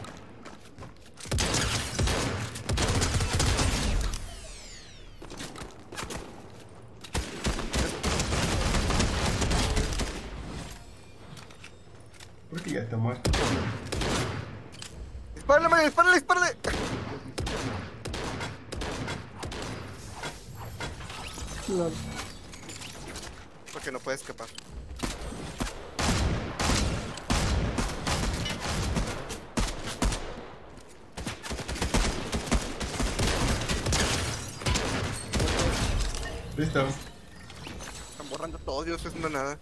Speaker 3: Porque ya está muerto.
Speaker 2: ¡Dispárale, Mario! ¡Dispárale, dispárale!
Speaker 4: Lol.
Speaker 2: Porque no puede escapar.
Speaker 3: Listo.
Speaker 2: Están borrando todo, yo no estoy haciendo nada.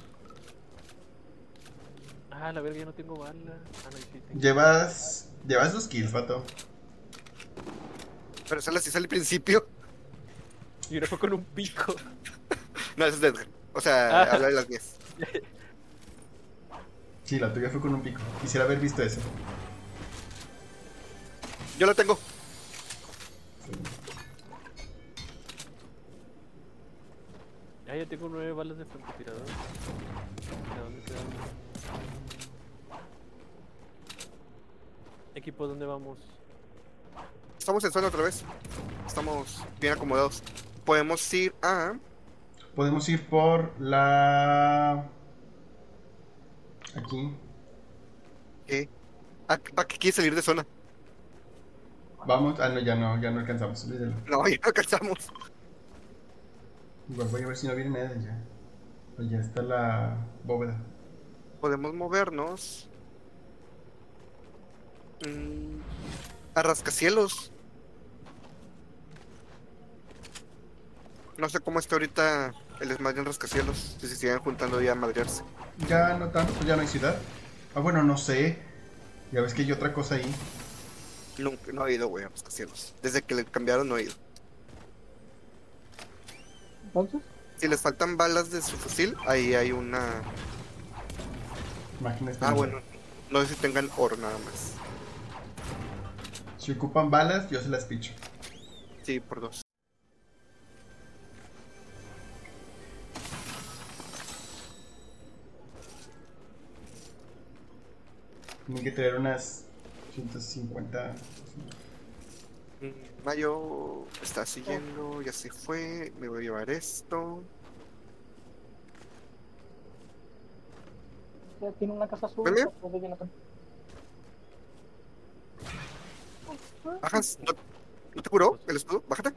Speaker 1: Ah, la verga, ya no tengo bala. Ah, no, sí tengo.
Speaker 3: Llevas... Llevas dos kills, vato.
Speaker 2: Pero esa la sí sale al principio.
Speaker 1: Y ahora fue con un pico.
Speaker 2: No, esa es de Edgar. O sea,
Speaker 1: Ah.
Speaker 2: habla de las diez.
Speaker 3: Sí, la tuya fue con un pico. Quisiera haber visto eso.
Speaker 2: Yo la tengo.
Speaker 1: Ah, ya tengo nueve balas de francotirador. ¿A dónde quedan? Equipo, ¿dónde vamos?
Speaker 2: Estamos en zona otra vez. Estamos bien acomodados. Podemos ir a...
Speaker 3: Podemos ir por la... Aquí.
Speaker 2: ¿Qué? ¿A, ¿Para qué quieres salir de zona?
Speaker 3: Vamos. Ah, no, ya no, ya no alcanzamos. Olvídalo.
Speaker 2: No, ya no alcanzamos.
Speaker 3: Igual voy a ver si no viene nada ya. Pues ya está la bóveda.
Speaker 2: Podemos movernos. Mm, a rascacielos. No sé cómo está ahorita el desmadre en rascacielos. Si se siguen juntando ya a madrearse.
Speaker 3: Ya no tanto, pues ya no hay ciudad. Ah, bueno, no sé. Ya ves que hay otra cosa ahí.
Speaker 2: Nunca, no he ido, güey, a rascacielos. Desde que le cambiaron no he ido.
Speaker 4: Entonces,
Speaker 2: Si les faltan balas de su fusil, ahí hay una...
Speaker 3: Máquinas.
Speaker 2: Ah, bueno. No sé si tengan oro nada más.
Speaker 3: Si ocupan balas, yo se las picho.
Speaker 2: Sí, por dos.
Speaker 3: Tienen que traer unas ciento cincuenta.
Speaker 2: Mm, Mayo está siguiendo, ya se fue. Me voy a llevar esto.
Speaker 4: Ya tiene una casa azul.
Speaker 2: ¿Vale?
Speaker 4: después de Jonathan.
Speaker 2: Bajas, ¿no, ¿no te curó el escudo? Bájate.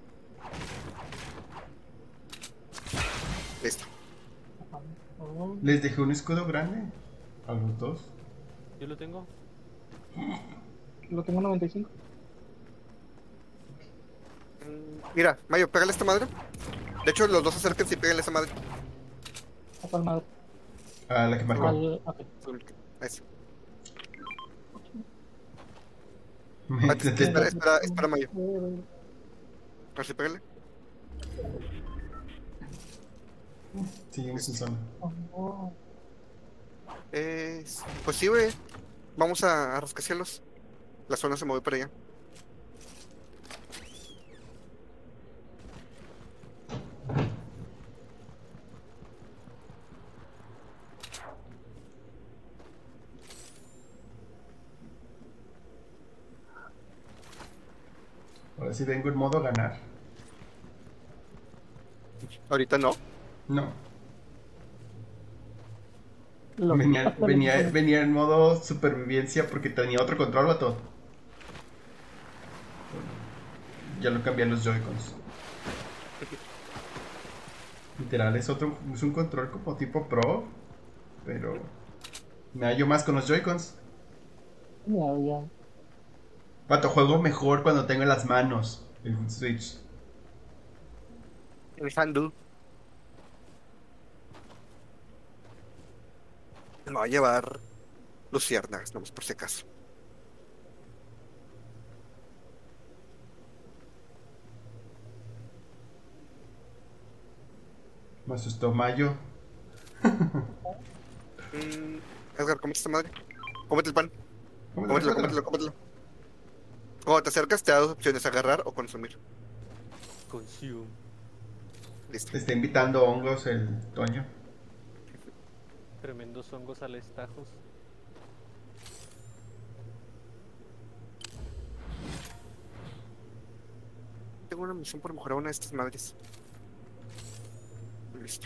Speaker 2: Listo.
Speaker 4: Oh,
Speaker 3: Les dejé un escudo grande a los dos.
Speaker 1: Yo lo tengo.
Speaker 4: Lo tengo noventa y cinco.
Speaker 2: Mm, Mira, Mayo, pégale a esta madre. De hecho, los dos acérquense y pégale a esa madre.
Speaker 4: ¿A cuál madre?
Speaker 3: A la que marcó.
Speaker 4: Al... Ok.
Speaker 2: A ese.
Speaker 3: Me
Speaker 2: Ah,
Speaker 3: intenté-
Speaker 2: espera, espera, espera, Mayo. A ver si pégale.
Speaker 3: Seguimos en zona.
Speaker 4: Oh,
Speaker 2: Es- Pues sí, güey. Vamos a, a rascacielos. La zona se movió para allá.
Speaker 3: Ahora sí vengo en modo ganar.
Speaker 2: Ahorita no.
Speaker 3: No.
Speaker 4: lo-
Speaker 3: Venía, venía, venía en modo supervivencia porque tenía otro control, vato. Ya lo cambié a los Joy-Cons. Literal, es otro, es un control como tipo pro, pero me hallo más con los Joy-Cons.
Speaker 4: Ya, ya.
Speaker 3: Vato, juego mejor cuando tengo en las manos el Switch.
Speaker 2: El handle. Me va a llevar luciérnagas, nomás por si acaso.
Speaker 3: Me asustó Mayo.
Speaker 2: Mm, Edgar, cómete esta madre. Cómete el pan. Cómetelo, cómetelo, cómetelo. Cuando te acercas, te da dos opciones: agarrar o consumir.
Speaker 1: Consume.
Speaker 2: Listo.
Speaker 3: Te está invitando hongos el Toño.
Speaker 1: Tremendos hongos al estajos.
Speaker 2: Tengo una misión por mejorar una de estas madres. Listo.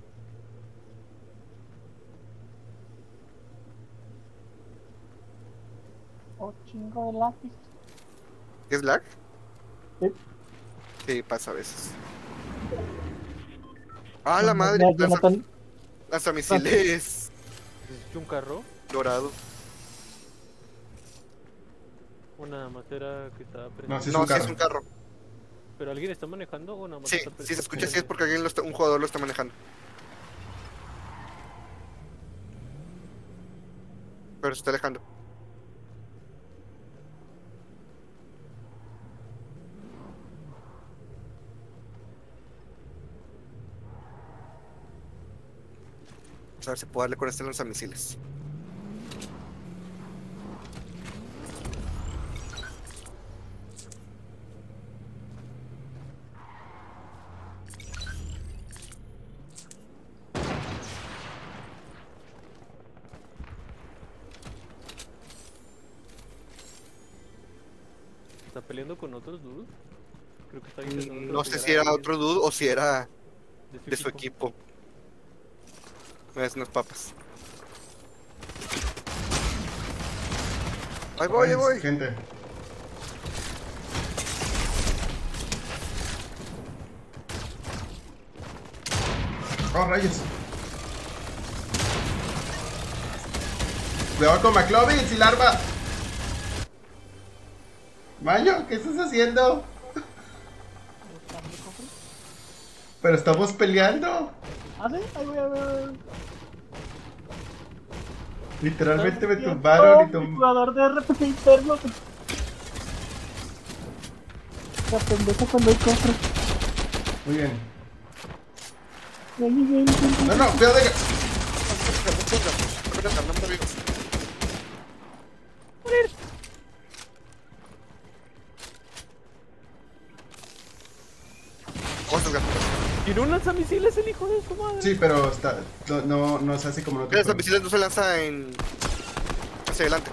Speaker 4: Oh, chingo de lápiz.
Speaker 2: ¿Qué es lag?
Speaker 4: Sí.
Speaker 2: Sí, pasa a veces. Ah, la madre.
Speaker 4: Ya,
Speaker 2: Lanza,
Speaker 4: Jonathan,
Speaker 2: lanzamisiles
Speaker 1: ¿Es un carro?
Speaker 2: dorado.
Speaker 1: ¿O nada más era que estaba prendido?
Speaker 3: No, sí es
Speaker 2: No,
Speaker 3: un
Speaker 2: sí es
Speaker 3: carro.
Speaker 2: un carro.
Speaker 1: ¿Pero alguien está manejando o nada más
Speaker 2: Sí,
Speaker 1: está
Speaker 2: si se escucha, sí es
Speaker 1: prendido?
Speaker 2: porque alguien lo está- un jugador lo está manejando. Pero se está alejando. Vamos a ver si puedo darle con este lanzamisiles.
Speaker 1: ¿Está peleando con otros dudes? Creo que está intentando
Speaker 2: Mm, No sé
Speaker 1: atropellar
Speaker 2: si
Speaker 1: a
Speaker 2: era
Speaker 1: alguien
Speaker 2: otro dude o si era
Speaker 1: de
Speaker 2: de su equipo. Es unas papas. Ahí voy, ahí voy.
Speaker 3: Gente. Oh, rayos. Cuidado con McLovin, si larva. Mayo, ¿qué estás haciendo? Pero estamos peleando.
Speaker 4: ¿ah, sí? Ahí voy a ver.
Speaker 3: Literalmente me tumbaron y
Speaker 4: Mi
Speaker 3: tum...
Speaker 4: jugador de R P G interno. La pendeja cuando hay cofres.
Speaker 3: Muy bien.
Speaker 4: Ahí, ahí, ahí, ahí.
Speaker 3: No, no, cuidado de que...
Speaker 2: Vamos, Edgar.
Speaker 1: Tiene un lanzamisiles el hijo de su madre.
Speaker 3: Sí, pero está, no, no, no se hace como no te
Speaker 2: Las misiles no se lanza en... hacia adelante.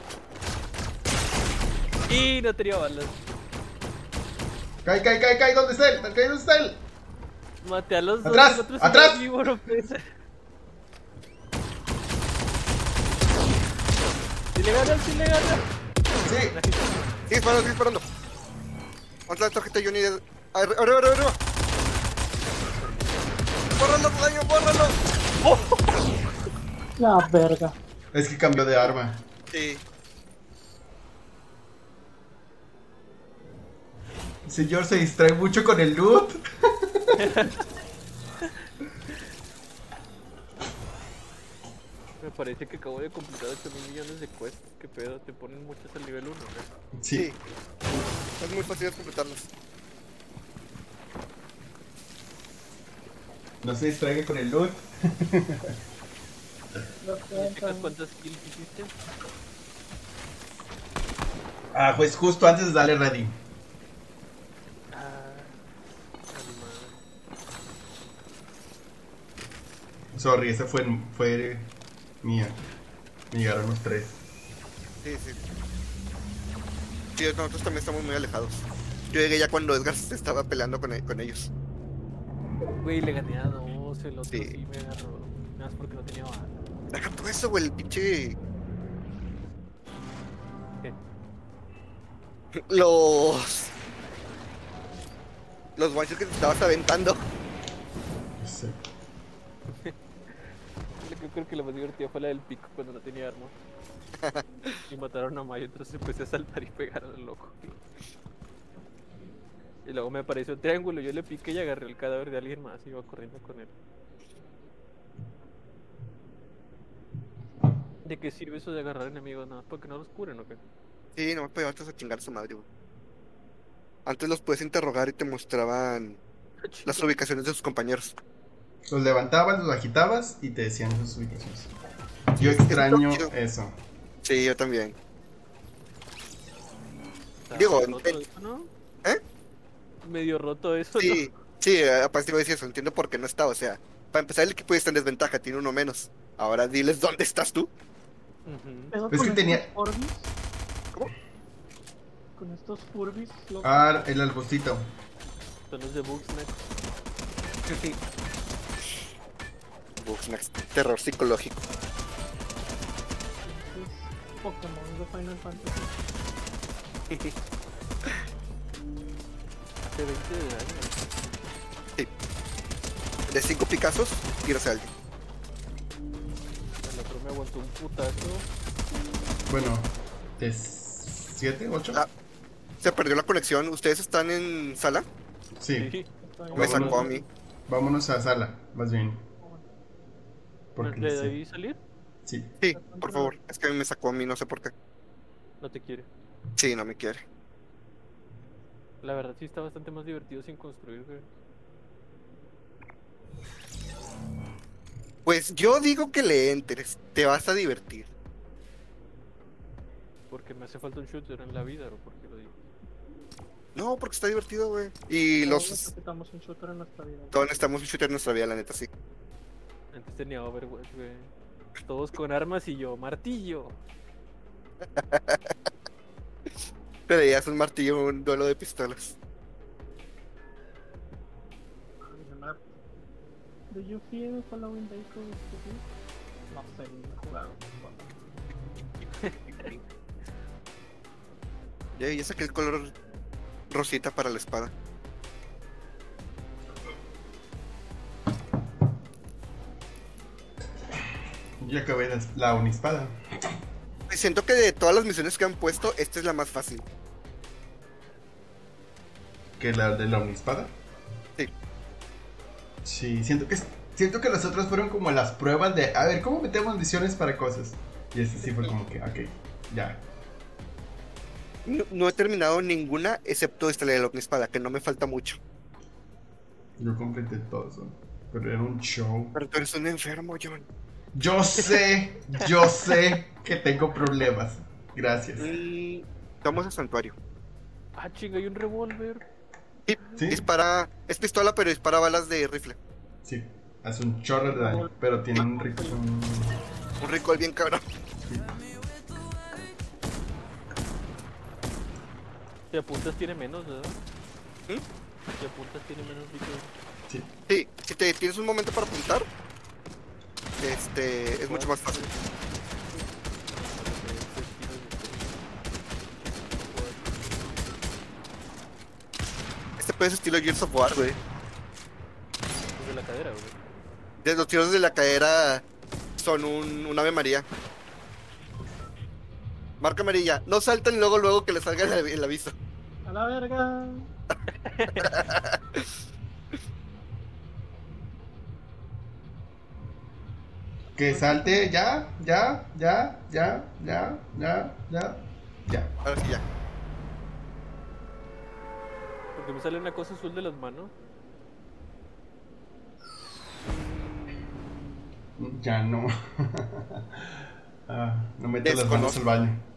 Speaker 1: Y no tenía balas.
Speaker 3: Cae, cae, cae, cae, ¿dónde está él? ¿Dónde está él?
Speaker 1: Maté a los dos.
Speaker 3: ¡Atrás!
Speaker 1: el otro
Speaker 3: ¡Atrás!
Speaker 1: sigue vivo, no puede ser. Si le ganas, si le ganas.
Speaker 3: Sí.
Speaker 2: Sí, disparando, sí, disparando. ¿Dónde la tarjeta Johnny? de- Arriba, arriba, arriba, arriba. ¡Bórralo, daño, bórralo!
Speaker 4: La verga.
Speaker 3: Es que cambió de arma.
Speaker 2: Sí.
Speaker 3: El señor se distrae mucho con el loot.
Speaker 1: Me parece que acabo de completar ocho mil millones de quests. ¿Qué pedo? Te ponen muchas al nivel uno, ¿no?
Speaker 3: Sí.
Speaker 2: Sí. Es muy fácil de completarlas.
Speaker 3: No se distraiga con el loot.
Speaker 4: Lo
Speaker 1: ¿Me checas
Speaker 4: siento.
Speaker 1: cuántas kills hiciste?
Speaker 3: Ah, pues justo antes de darle ready.
Speaker 1: Ah, animal.
Speaker 3: Sorry, esa fue, fue mía. Me llegaron los tres.
Speaker 2: Sí, sí. Sí, nosotros también estamos muy alejados. Yo llegué ya cuando Edgar se estaba peleando con, e- con ellos.
Speaker 1: Güey, le gané a dos. El otro
Speaker 2: Sí.
Speaker 1: sí, me agarró. Nada más porque no tenía balas.
Speaker 2: Deja todo eso, güey, el pinche...
Speaker 1: ¿Qué?
Speaker 2: Los... Los guanchos que te estabas aventando.
Speaker 3: No sé.
Speaker 1: Yo creo que lo más divertido fue la del pico cuando no tenía arma. Y mataron a Mayo, entonces empecé a saltar y pegar al loco. Y luego me apareció un triángulo, yo le piqué y agarré el cadáver de alguien más y iba corriendo con él. ¿De qué sirve eso de agarrar enemigos? Nada más porque no los curen o qué.
Speaker 2: Sí, no me podía a chingar a su madre, güey. Antes los puedes interrogar y te mostraban las ubicaciones de sus compañeros.
Speaker 3: Los levantabas, los agitabas y te decían sus ubicaciones. Yo extraño
Speaker 2: chido.
Speaker 3: eso.
Speaker 2: Sí, yo también.
Speaker 1: Está
Speaker 2: Digo,
Speaker 1: medio roto
Speaker 2: en-
Speaker 1: eso, ¿no?
Speaker 2: ¿Eh?
Speaker 1: Medio roto eso,
Speaker 2: Sí, sí, aparte iba a decir eso, entiendo por qué no está, o sea, para empezar el equipo ya está en desventaja, tiene uno menos. Ahora diles dónde estás tú.
Speaker 1: ¿no? Ujú.
Speaker 4: ¿Pedo
Speaker 3: Es
Speaker 4: con
Speaker 3: que tenía-
Speaker 4: estos Furbis?
Speaker 2: ¿Cómo?
Speaker 4: Con estos Furbis, loco.
Speaker 3: Ah, el arbustito.
Speaker 1: Son los de Bugsnax.
Speaker 2: Bugsnax, terror psicológico.
Speaker 4: Es Pokémon de Final Fantasy.
Speaker 1: Hace veinte de daño.
Speaker 2: De cinco Picassos, tiras a alguien.
Speaker 1: El otro me aguantó un putazo.
Speaker 3: Bueno, ¿de siete, ocho?
Speaker 2: Ah. Se perdió la conexión, ¿ustedes están en sala?
Speaker 3: Sí.
Speaker 1: Sí.
Speaker 2: Me sacó a mí.
Speaker 3: Vámonos a sala, más bien. Porque
Speaker 1: ¿Le
Speaker 3: sí.
Speaker 1: debí salir?
Speaker 3: Sí.
Speaker 2: Sí, por favor, es que me sacó a mí, no sé por qué.
Speaker 1: No te quiere.
Speaker 2: Sí, no me quiere.
Speaker 1: La verdad sí está bastante más divertido sin construir, güey.
Speaker 2: Pues yo digo que le entres, te vas a divertir.
Speaker 1: Porque me hace falta un shooter en la vida, ¿o por qué lo digo?
Speaker 2: No, porque está divertido, güey. Y
Speaker 4: Todos
Speaker 2: los...
Speaker 4: necesitamos un shooter en nuestra vida.
Speaker 2: Todos necesitamos un shooter en nuestra vida, la neta, sí.
Speaker 1: Antes tenía Overwatch, güey. Todos con armas y yo, martillo.
Speaker 2: Pero ya es un martillo, un duelo de pistolas.
Speaker 4: Do you feel following vehicles? No sé, no he jugado.
Speaker 2: Ya, ya saqué el color rosita para la espada.
Speaker 3: Ya acabé la, la unispada.
Speaker 2: Y siento que de todas las misiones que han puesto, esta es la más fácil.
Speaker 3: ¿Que la de la unispada?
Speaker 2: Sí.
Speaker 3: Sí, siento que siento que las otras fueron como las pruebas de a ver cómo metemos misiones para cosas. Y este sí fue como que, ok, ya.
Speaker 2: No, no he terminado ninguna, excepto esta de la espada, que no me falta mucho.
Speaker 3: Yo completé todo eso. Pero era un show.
Speaker 2: Pero tú eres un enfermo, John.
Speaker 3: Yo sé, yo sé que tengo problemas. Gracias.
Speaker 2: Mm, vamos al santuario.
Speaker 1: Ah, chinga, hay un revólver.
Speaker 2: Y
Speaker 3: ¿Sí?
Speaker 2: dispara, es pistola, pero dispara balas de rifle.
Speaker 3: Sí, hace un chorro de daño, pero tiene un rico. Un...
Speaker 2: Un recoil bien cabrón.
Speaker 3: Sí.
Speaker 1: Si apuntas tiene menos, ¿verdad?
Speaker 2: ¿Mm?
Speaker 1: Si apuntas tiene menos recoil.
Speaker 3: Sí.
Speaker 2: Sí, si te tienes un momento para apuntar, este, es mucho más fácil. Este puede ser estilo Gears of War, güey.
Speaker 1: De la cadera, güey.
Speaker 2: De los tiros de la cadera son un, un Ave María. Marca amarilla. No salten luego, luego que les salga el, el aviso.
Speaker 4: A la verga.
Speaker 3: Que salte, ya, ya, ya, ya, ya, ya, ya, ya.
Speaker 2: Ahora sí ya.
Speaker 1: Porque me sale una cosa azul de las manos.
Speaker 3: Ya no. Ah, no metas las manos al
Speaker 2: Desconozco.
Speaker 3: baño.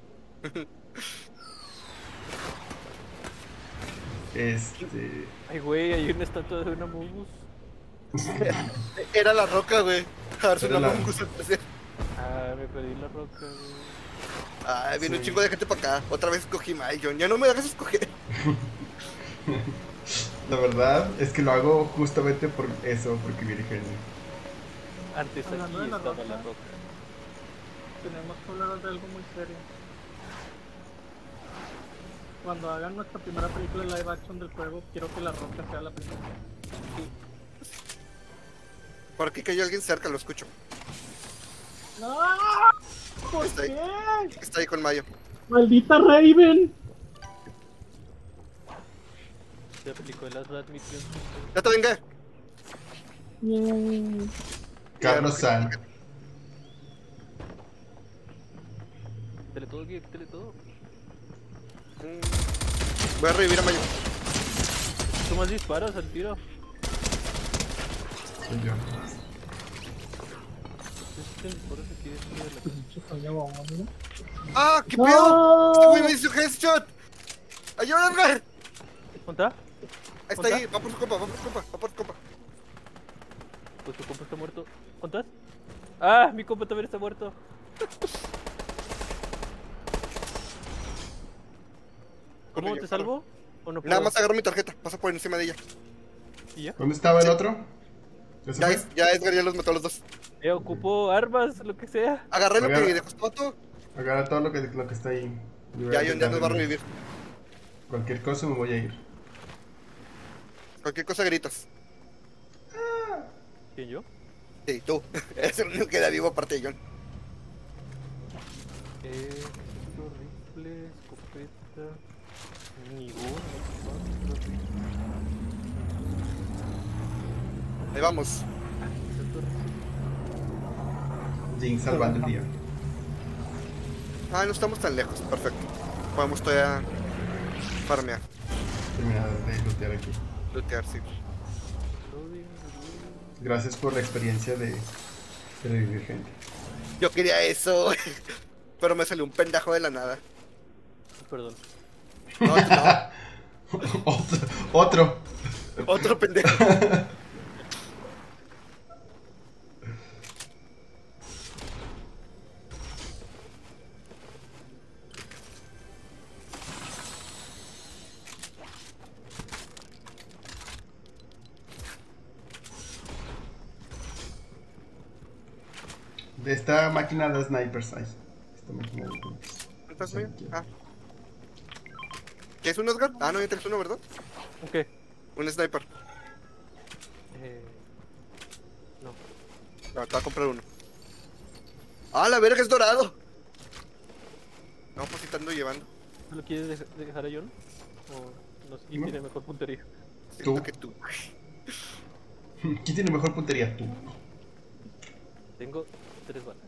Speaker 3: Este.
Speaker 1: Ay, güey, hay una estatua de una Mogus.
Speaker 2: Era la roca, güey. A ver si
Speaker 3: Era
Speaker 2: no
Speaker 3: la-
Speaker 2: me gusta.
Speaker 1: Ah, me perdí la roca, güey.
Speaker 2: Ay, viene
Speaker 3: Sí.
Speaker 2: un chingo de gente para acá. Otra vez escogí mal, John. Ya no me hagas escoger.
Speaker 3: La verdad es que lo hago justamente por eso, porque viene gente.
Speaker 1: Antes aquí
Speaker 4: Hablando de la
Speaker 1: estaba
Speaker 4: roca.
Speaker 1: la roca.
Speaker 4: Tenemos que hablar de algo muy serio. Cuando hagan nuestra primera película de live action del juego, quiero que La Roca sea la primera.
Speaker 2: Por aquí cayó alguien cerca, lo escucho.
Speaker 4: ¡No! ¿Por
Speaker 2: Está ahí.
Speaker 4: qué?
Speaker 2: Está ahí con Mayo.
Speaker 4: ¡Maldita Raven!
Speaker 1: Se aplicó el Last Rat Mission.
Speaker 2: Ya te venga.
Speaker 4: Bien.
Speaker 3: Carlos San.
Speaker 1: Quítale todo, Guille, quítale todo.
Speaker 2: Mm. Voy a revivir a Mayo.
Speaker 1: Tú más disparas al tiro.
Speaker 3: Soy yo.
Speaker 1: Este disparos aquí dentro de la casa.
Speaker 4: Pinche coño bomba, mira.
Speaker 2: ¡Ah! ¿Qué
Speaker 4: ¡No!
Speaker 2: pedo? Este güey me hizo headshot. ¡Ayúdame, Edgar!
Speaker 1: ¿Dónde está?
Speaker 2: Ahí está ahí. Va por su compa, va por su compa, va por su compa.
Speaker 1: Pues tu compa está muerto. ¿Dónde estás? Ah, mi compa también está muerto. ¿Cómo
Speaker 2: Corre,
Speaker 1: te
Speaker 2: corre.
Speaker 1: salvo? ¿O no
Speaker 2: Nada
Speaker 1: puedo?
Speaker 2: más agarro mi tarjeta. Pasa por encima de ella.
Speaker 1: ¿Y ya?
Speaker 3: ¿Dónde estaba el
Speaker 2: Sí.
Speaker 3: otro? ¿Ya se
Speaker 2: Ya,
Speaker 3: fue?
Speaker 2: es, ya Edgar ya los mató a los dos.
Speaker 1: Eh, ocupo armas, lo que sea.
Speaker 2: Agarré lo
Speaker 3: Agarra.
Speaker 2: que dejó este vato.
Speaker 3: Agarra todo lo que, lo que está ahí. Yo voy
Speaker 2: Ya,
Speaker 3: a
Speaker 2: John ya nos va a
Speaker 3: tratar de-
Speaker 2: revivir.
Speaker 3: Cualquier cosa me voy a ir.
Speaker 2: Cualquier cosa gritas.
Speaker 1: ¿Quién, yo?
Speaker 2: Sí, tú. Eres el único que queda vivo aparte de John.
Speaker 1: Eh, cinco rifle, escopeta, minigún, no sé cuánto.
Speaker 2: Ahí vamos.
Speaker 3: Jin salvando el día.
Speaker 2: Ah, no estamos tan lejos. Perfecto. Podemos todavía farmear.
Speaker 3: Terminar de lootear aquí.
Speaker 2: Lootear, sí.
Speaker 3: Gracias por la experiencia de, de revivir gente.
Speaker 2: Yo quería eso. Pero me salió un pendejo de la nada.
Speaker 1: Perdón.
Speaker 2: No, no.
Speaker 3: otro, otro.
Speaker 2: Otro pendejo.
Speaker 3: De esta máquina de snipers hay. Esta máquina de snipers.
Speaker 2: ¿Estás bien? Ah. ¿Qué es un Edgar? Ah, no, ya tienes uno, ¿verdad?
Speaker 1: Ok.
Speaker 2: Un sniper.
Speaker 1: Eh, no.
Speaker 2: No, te voy a comprar uno. ¡Ah, la verga es dorado! No, pues sí te ando llevando.
Speaker 1: ¿No lo quieres deja- dejar a John? ¿O no sé quién
Speaker 3: No.
Speaker 1: tiene mejor puntería?
Speaker 2: Siento
Speaker 3: Tú.
Speaker 2: que tú.
Speaker 3: ¿Quién tiene mejor puntería? Tú.
Speaker 1: Tengo tres balas.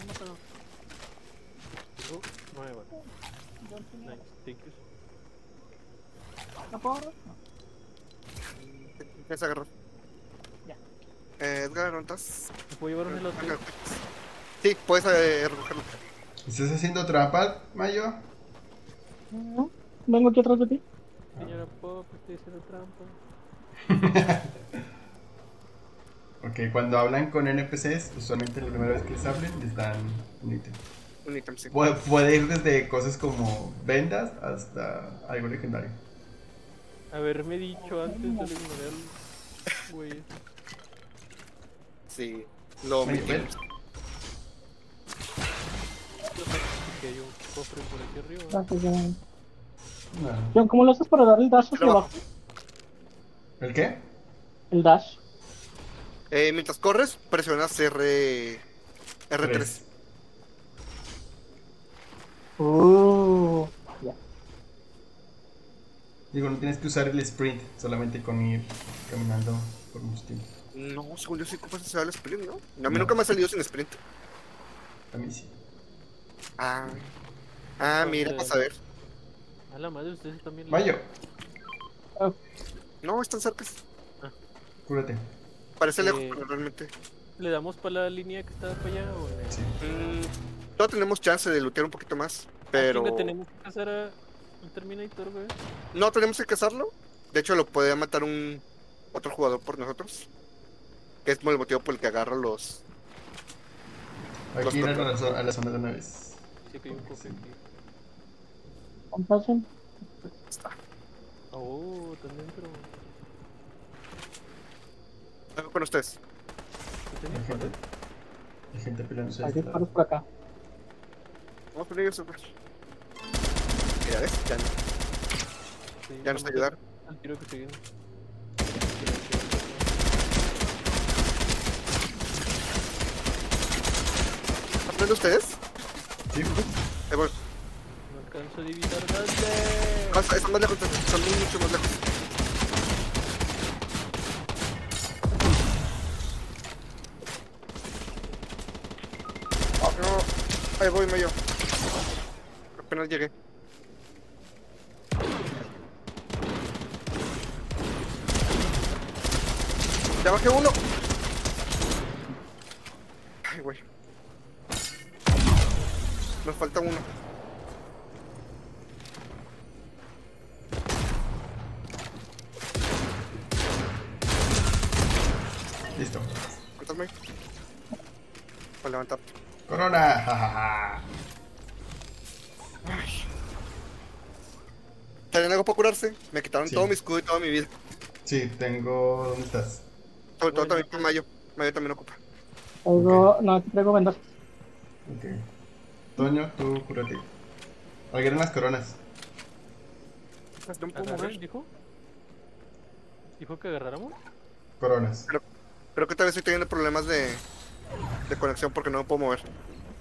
Speaker 1: Tengo nueve balas. Nice, thank you.
Speaker 4: ¿No puedo agarrar?
Speaker 2: ¿Qué es agarrar?
Speaker 4: Ya.
Speaker 2: Eh, Edgar, ¿dónde estás?
Speaker 1: ¿Me puedo llevar un elote?
Speaker 2: Sí, puedes eh, recogerlo.
Speaker 3: ¿Estás haciendo trampa, Mayo?
Speaker 4: No, vengo aquí atrás de ti.
Speaker 1: Señora Pop. estoy haciendo trampa.
Speaker 3: Ok, cuando hablan con N P Cs, usualmente la primera vez que les hablen les dan un ítem.
Speaker 2: Un ítem, sí.
Speaker 3: Puede, puede ir desde cosas como vendas hasta algo legendario.
Speaker 1: Haberme dicho antes de eliminar al güey.
Speaker 2: Sí, lo
Speaker 3: Oye, ven.
Speaker 2: omitimos.
Speaker 1: Que hay un cofre por aquí arriba.
Speaker 4: Gracias, John.
Speaker 3: No.
Speaker 4: John, ¿cómo lo haces para dar el dash hacia
Speaker 2: Pero-
Speaker 4: abajo?
Speaker 3: ¿El qué?
Speaker 4: El dash.
Speaker 2: Eh, mientras corres, presionas R... R tres.
Speaker 3: Tres.
Speaker 4: Uh, ya.
Speaker 3: Digo, no tienes que usar el sprint, solamente con ir caminando por mucho tiempo.
Speaker 2: No, según yo sí ocupas hacer el sprint, ¿no? A mí
Speaker 3: No.
Speaker 2: nunca me ha salido sin sprint.
Speaker 3: A mí sí.
Speaker 2: Ah, ah mira,
Speaker 1: Entonces-
Speaker 2: vas a ver.
Speaker 1: A la madre, ustedes también.
Speaker 3: Mayo,
Speaker 4: Ah,
Speaker 2: No, están cerca.
Speaker 3: cúrate.
Speaker 2: Parece
Speaker 1: Eh,
Speaker 2: lejos, pero realmente.
Speaker 1: ¿Le damos para la línea que está para allá o le-
Speaker 3: Sí.
Speaker 2: Mm, todavía tenemos chance de lootear un poquito más. Pero.
Speaker 1: Chinga, tenemos que cazar a un Terminator, güey.
Speaker 2: No tenemos que cazarlo. De hecho, lo puede matar un otro jugador por nosotros. Que es el motivo por el que agarro los. Los
Speaker 3: Aquí ir a la,
Speaker 2: controles.
Speaker 3: zo- a la zona de una vez.
Speaker 1: Sí que hay un cofre aquí.
Speaker 4: compasión.
Speaker 2: Está.
Speaker 1: Oh, también, pero...
Speaker 2: Algo con ustedes.
Speaker 1: ¿qué tenía
Speaker 3: Hay
Speaker 1: para
Speaker 3: gente,
Speaker 1: ver?
Speaker 3: hay gente peleándose.
Speaker 4: Hay
Speaker 3: de este
Speaker 4: disparos
Speaker 3: lado.
Speaker 4: por acá.
Speaker 2: Vamos por ellos, super. Mira, ¿ves? Ya no.
Speaker 1: Sí,
Speaker 2: Ya nos
Speaker 1: vamos
Speaker 2: ayudaron.
Speaker 1: Al tiro que siguen.
Speaker 2: ¿Aprenden ustedes?
Speaker 3: Sí,
Speaker 2: Ahí voy.
Speaker 1: No alcanzo a divisar dónde.
Speaker 2: Ah, están más lejos, están muy, mucho más lejos. Oh, no. Ahí voy, medio. Apenas llegué. Ya bajé uno. Ay, güey. Nos falta uno.
Speaker 3: listo.
Speaker 2: Cuéntame. Para levantar.
Speaker 3: Corona, jajaja.
Speaker 2: ¿Tienen algo para curarse? Me quitaron
Speaker 3: Sí.
Speaker 2: todo mi escudo y toda mi vida.
Speaker 3: Sí, tengo. ¿Dónde estás?
Speaker 2: Sobre todo
Speaker 1: Bueno.
Speaker 2: también con Mayo. Mayo también ocupa.
Speaker 4: Traigo, no, aquí traigo vendas.
Speaker 3: Ok. Toño, tú cúrate. Alguien en las coronas.
Speaker 2: No me puedo
Speaker 1: ¿Agarrar?
Speaker 2: mover.
Speaker 1: ¿Dijo? ¿Dijo que agarráramos?
Speaker 3: Coronas.
Speaker 2: Creo que tal vez estoy teniendo problemas de, de conexión porque no me puedo mover.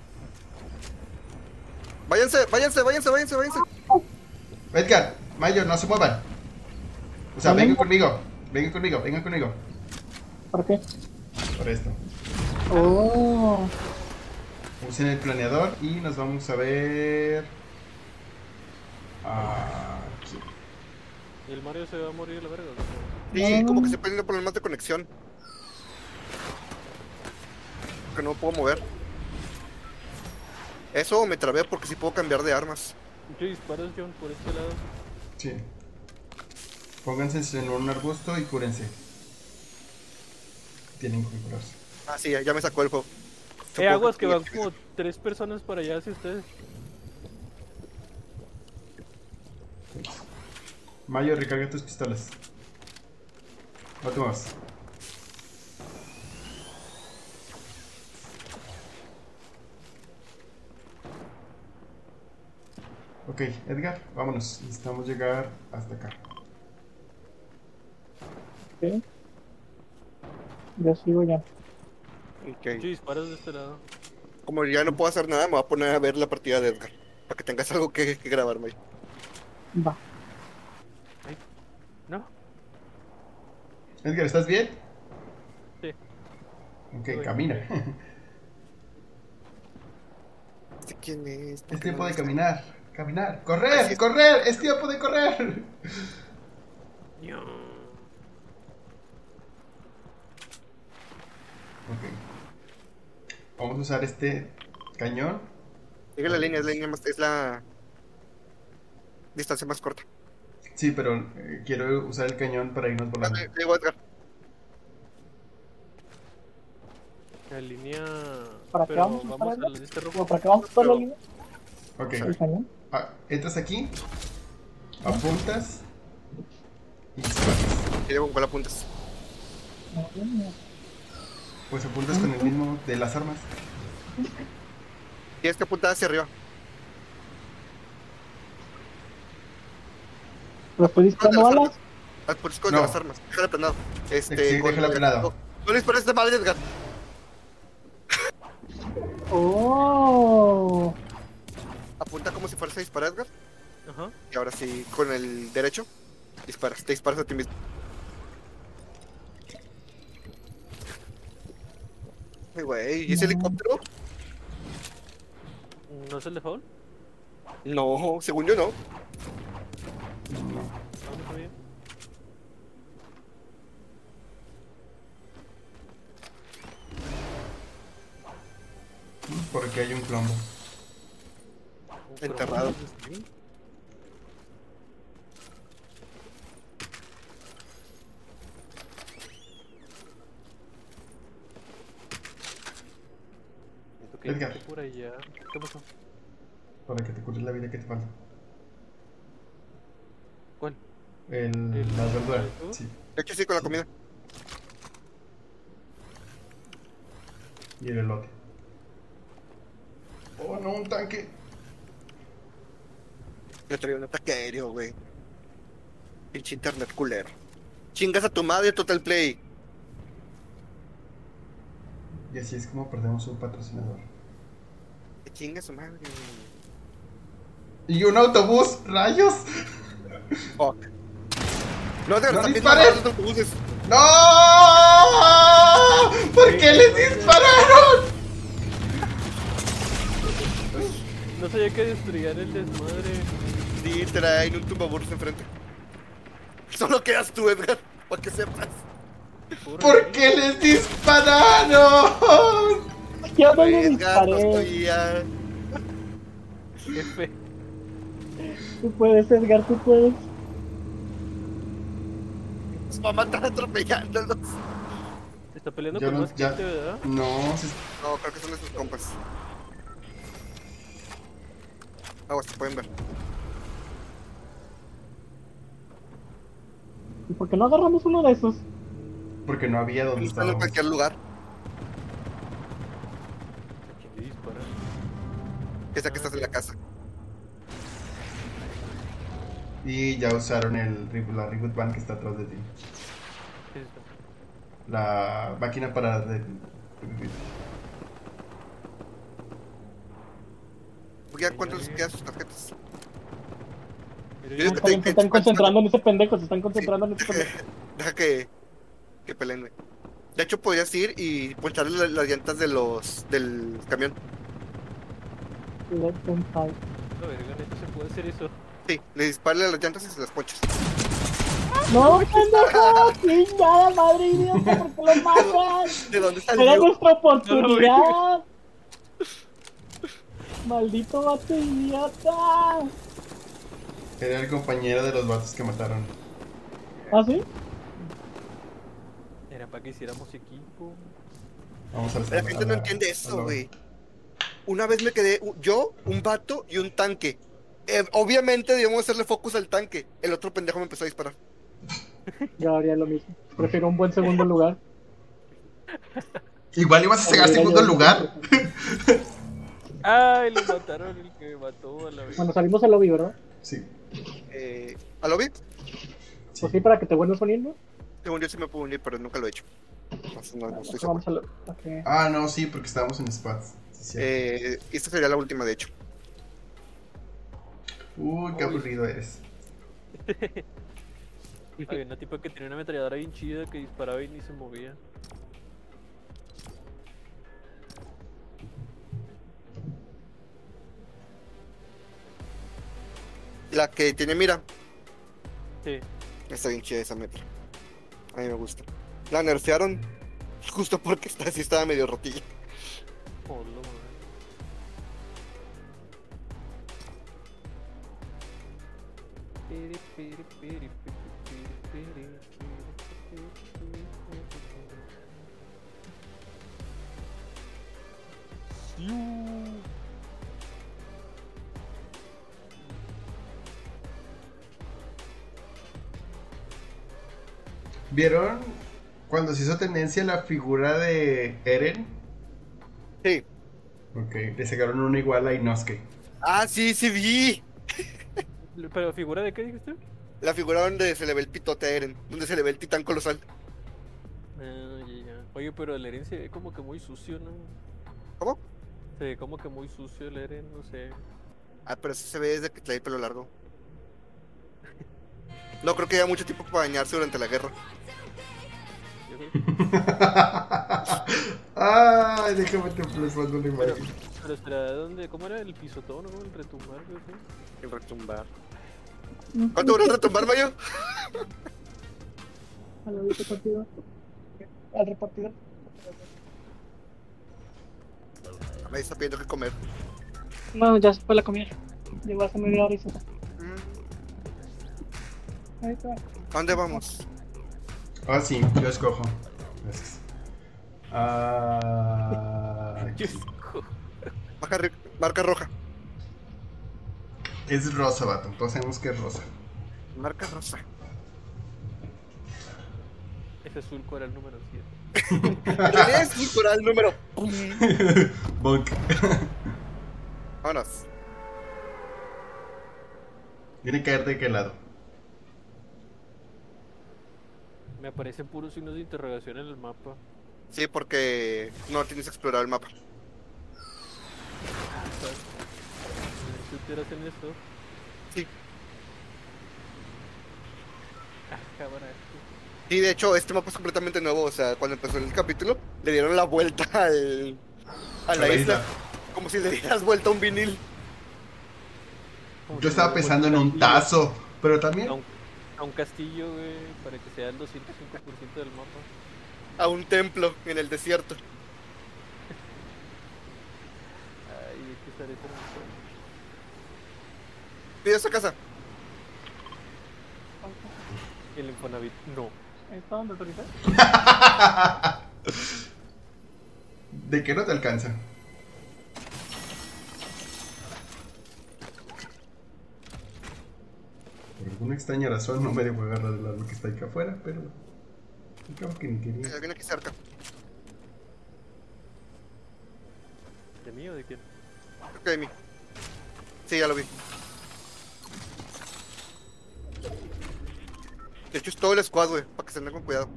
Speaker 2: Váyanse, váyanse, váyanse, váyanse, váyanse.
Speaker 3: Edgar, Mayo, no se muevan. O sea,
Speaker 4: ¿Vale?
Speaker 3: vengan conmigo. Vengan conmigo, vengan conmigo.
Speaker 4: ¿Por qué?
Speaker 3: Por esto.
Speaker 4: Oh,
Speaker 3: Usen el planeador y nos vamos a ver. Aquí.
Speaker 1: ¿Y el Mario se va a morir la verga? o qué?
Speaker 2: Sí, como que estoy teniendo problemas de conexión. Que no me puedo mover. Eso o me trabé porque sí puedo cambiar de armas.
Speaker 1: Muchos disparos, John, por este lado.
Speaker 3: Sí. Pónganse en un arbusto y cúrense. Tienen que curarse.
Speaker 2: Ah, sí, ya, ya me sacó el juego.
Speaker 1: Eh, aguas que van como tres personas para allá hacia ustedes.
Speaker 3: Mayo, recarga tus pistolas. No te muevas. Ok, Edgar, vámonos. Necesitamos llegar hasta acá.
Speaker 4: ok. Yo sigo ya.
Speaker 2: Ok.
Speaker 1: Muchos disparos de este lado.
Speaker 2: Como ya no puedo hacer nada, me voy a poner a ver la partida de Edgar. Para que tengas algo que, que grabar, Mayo.
Speaker 4: Va.
Speaker 1: ¿No?
Speaker 3: Edgar, ¿estás bien?
Speaker 1: Sí.
Speaker 3: Ok,
Speaker 1: Estoy
Speaker 3: camina.
Speaker 2: ¿Este quién es? ¿Por
Speaker 3: Es
Speaker 2: qué
Speaker 3: tiempo
Speaker 2: no
Speaker 3: de
Speaker 2: me está?
Speaker 3: caminar. Caminar.
Speaker 2: Así
Speaker 3: ¡Correr!
Speaker 2: es.
Speaker 3: ¡Correr! ¡Es tiempo de correr!
Speaker 1: Ño.
Speaker 3: Ok. Vamos a usar este cañón.
Speaker 2: Sigue la línea, es la línea más, es la distancia más corta.
Speaker 3: Sí, pero eh, quiero usar el cañón para irnos volando.
Speaker 2: Dale, digo, Edgar.
Speaker 1: La línea.
Speaker 4: ¿Para qué
Speaker 1: Pero
Speaker 4: vamos a
Speaker 1: vamos
Speaker 4: disparar?
Speaker 1: al este
Speaker 4: ¿O
Speaker 1: rojo.
Speaker 4: para qué vamos a usar la
Speaker 2: Pero-
Speaker 4: línea?
Speaker 3: Ok.
Speaker 4: El cañón.
Speaker 3: Ah, entras aquí, apuntas y disparas.
Speaker 2: Quiero con cuál apuntas.
Speaker 4: No, no.
Speaker 3: Pues apuntas con el mismo de las armas.
Speaker 2: Tienes que apuntar hacia arriba.
Speaker 4: ¿Pero estoy disparando
Speaker 2: ¿Dónde las
Speaker 4: balas?
Speaker 2: Apuntas con
Speaker 3: No.
Speaker 2: las armas. Déjala penado. Este,
Speaker 3: Sí,
Speaker 2: con-
Speaker 3: déjala penado.
Speaker 2: No, no le dispares de madre, Edgar.
Speaker 4: Oh.
Speaker 2: Apunta como si fueras a disparar, Edgar.
Speaker 1: Ajá.
Speaker 2: Y ahora sí, con el derecho, disparas. Te disparas a ti mismo. Ay, güey, ¿y ese
Speaker 4: No.
Speaker 2: helicóptero?
Speaker 1: ¿No es el de Foul?
Speaker 2: No, según yo no.
Speaker 1: No, no sabía.
Speaker 3: Porque hay un plombo.
Speaker 1: Un
Speaker 2: Enterrado.
Speaker 1: cromo de stream. Siento que hay
Speaker 3: Edgar.
Speaker 1: gente por allá. ¿Qué pasó?
Speaker 3: Para que te cures la vida que te falta.
Speaker 1: ¿Cuál?
Speaker 3: El,
Speaker 1: ¿El-
Speaker 3: la verdura.
Speaker 1: el-
Speaker 3: Sí.
Speaker 2: De hecho, sí, con la comida.
Speaker 3: Y el elote. Oh, no, un tanque.
Speaker 2: Yo traía un ataque aéreo, güey. Pinche internet culero. Chingas a tu madre, Total Play.
Speaker 3: Y así es como perdemos un patrocinador.
Speaker 2: Que chinga su madre.
Speaker 3: Y un autobús, rayos.
Speaker 2: Fuck. No, te
Speaker 3: ¡No
Speaker 2: están viendo
Speaker 3: dispares!
Speaker 2: los autobuses.
Speaker 3: ¡No! ¿Por qué les dispararon?
Speaker 1: No sabía que destruían el desmadre.
Speaker 2: Sí, traen un tumbaburros enfrente. Solo quedas tú, Edgar, para que sepas.
Speaker 1: Puro
Speaker 3: ¿Por
Speaker 1: ahí.
Speaker 3: qué les dispararon?
Speaker 4: Yo no le
Speaker 2: Edgar, no
Speaker 4: disparé.
Speaker 2: estoy ya.
Speaker 1: Jefe.
Speaker 4: Tú puedes, Edgar, tú puedes.
Speaker 2: Nos va a matar atropellándolos.
Speaker 1: Se está peleando
Speaker 3: Yo
Speaker 1: con
Speaker 3: no-
Speaker 1: más
Speaker 3: ya-
Speaker 1: gente, ¿verdad?
Speaker 3: No, se-
Speaker 2: No, creo que son de sus compas. Aguas, te pueden ver.
Speaker 4: ¿Y por qué no agarramos uno de esos?
Speaker 3: porque no había donde
Speaker 2: Están en
Speaker 3: estábamos.
Speaker 2: cualquier lugar.
Speaker 1: ¿A quién le disparan?
Speaker 2: Que sea que estás en la casa.
Speaker 3: Y ya usaron el, re- la reboot van que está atrás de ti.
Speaker 1: ¿Qué es esto?
Speaker 3: La máquina para... de-
Speaker 2: Ya, ¿cuánto les quedan sus tarjetas?
Speaker 1: Mira,
Speaker 2: Yo
Speaker 1: yo-
Speaker 2: digo que
Speaker 4: Está bien, se están concentrando en ese pendejo, se están concentrando en ese pendejo.
Speaker 2: Deja que, que peleen, güey. De hecho, podrías ir y poncharle la- las llantas de los del camión.
Speaker 4: Let them fight.
Speaker 1: La verga, neta, se puede hacer eso.
Speaker 2: Sí, le disparale a las llantas y se las ponchas.
Speaker 4: ¡No, pendejo! ¡Chingada madre idiota! ¿Por qué lo matas?
Speaker 2: ¿De dónde
Speaker 4: ¡Era
Speaker 2: salió?
Speaker 4: nuestra oportunidad! ¡Maldito vato idiota!
Speaker 3: Era el compañero de los vatos que mataron.
Speaker 4: ¿Ah, sí?
Speaker 1: Era para que hiciéramos equipo.
Speaker 3: Vamos a
Speaker 2: La gente no entiende eso, güey. Una vez me quedé u- yo, un vato y un tanque. Eh, obviamente debíamos hacerle focus al tanque. El otro pendejo me empezó a disparar.
Speaker 4: Yo haría lo mismo. Prefiero un buen segundo lugar.
Speaker 3: Igual ibas a sacar
Speaker 4: Hubiera
Speaker 3: segundo
Speaker 4: yo-
Speaker 3: lugar.
Speaker 1: ¡Ay! Lo mataron el que me mató a la vez.
Speaker 4: Bueno, salimos al lobby, ¿verdad?
Speaker 3: Sí.
Speaker 2: Eh, ¿A lobby?
Speaker 3: sí.
Speaker 4: Pues sí, para que te vuelvas poniendo.
Speaker 2: Según yo sí me puedo unir, pero nunca lo he hecho. Entonces no, no estoy seguro.
Speaker 4: Vamos al lobby. Ok.
Speaker 3: Ah, no, sí, porque estábamos en spots. Sí, sí.
Speaker 2: Eh, esta sería la última, de hecho.
Speaker 3: Uy, qué aburrido eres.
Speaker 1: Había una tipa que tenía una ametralladora bien chida que disparaba y ni se movía.
Speaker 2: La que tiene mira.
Speaker 1: Sí.
Speaker 2: Está bien chida esa metra. A mí me gusta. La nerfearon justo porque esta sí estaba medio rotilla.
Speaker 1: Hola, madre.
Speaker 3: ¿Vieron cuando se hizo tendencia la figura de Eren?
Speaker 2: Sí.
Speaker 3: Ok, le sacaron uno igual a Inosuke.
Speaker 2: Ah, sí, sí vi.
Speaker 1: ¿Pero figura de qué dijiste?
Speaker 2: La figura donde se le ve el pitote a Eren, donde se le ve el titán colosal.
Speaker 1: Ah, ya, ya. Oye, pero el Eren se ve como que muy sucio, ¿no?
Speaker 2: ¿Cómo?
Speaker 1: Se ve como que muy sucio el Eren, no sé.
Speaker 2: Ah, pero eso se ve desde que trae el pelo largo. No creo que haya mucho tiempo para bañarse durante la guerra.
Speaker 1: Yo creo que-
Speaker 3: Ay, déjame te plasmando una
Speaker 1: Pero,
Speaker 3: imagen.
Speaker 1: pero será donde, ¿cómo era el pisotón o el retumbar? ¿Qué sé?
Speaker 2: El retumbar. ¿Cuánto dura el retumbar, Mayo?
Speaker 4: A la vez repartido. Al repartidor.
Speaker 2: Me está pidiendo que comer.
Speaker 4: No, ya se fue la comida. Llegó hace media hora y se fue.
Speaker 2: Mm,
Speaker 4: Ahí está.
Speaker 2: ¿A dónde vamos?
Speaker 3: Ah, sí, yo escojo. Gracias. Ah,
Speaker 2: Baja ri- marca roja.
Speaker 3: es rosa, vato. Todos sabemos que es rosa.
Speaker 2: Marca rosa.
Speaker 1: Ese surco era el número siete.
Speaker 2: Es cultural número.
Speaker 3: Bonk.
Speaker 2: Vámonos.
Speaker 3: ¿Viene a caer de qué lado?
Speaker 1: Me aparecen puros signos de interrogación en el mapa.
Speaker 2: Sí, porque no tienes explorado el mapa.
Speaker 1: ¿Tú te hacen eso?
Speaker 2: Sí.
Speaker 1: Ah, cámara.
Speaker 2: Sí, de hecho, este mapa es completamente nuevo. O sea, cuando empezó el capítulo, le dieron la vuelta al, a la,
Speaker 3: A la
Speaker 2: isla.
Speaker 3: isla.
Speaker 2: Como si le dieras vuelta a un vinil.
Speaker 1: Como
Speaker 3: Yo
Speaker 1: si
Speaker 3: estaba
Speaker 1: fuera
Speaker 3: pensando en un
Speaker 1: castillo.
Speaker 3: tazo, pero también
Speaker 1: A un, a un castillo, güey, para que sea el doscientos cinco por ciento del mapa.
Speaker 2: A un templo en el desierto.
Speaker 1: Ay, hay que usar esa mejor.
Speaker 2: Pide esa casa.
Speaker 1: El Infonavit, no.
Speaker 4: ¿Está donde aterrizé?
Speaker 3: ¿de qué no te alcanza? Por alguna extraña razón no me debo agarrar el arma que está acá afuera, pero creo que ni
Speaker 2: Hay
Speaker 3: quería.
Speaker 2: alguien aquí cerca.
Speaker 1: ¿De mí o de quién?
Speaker 2: Creo que de mí. Sí, ya lo vi. De hecho, es todo el squad, güey, para que se anden con cuidado.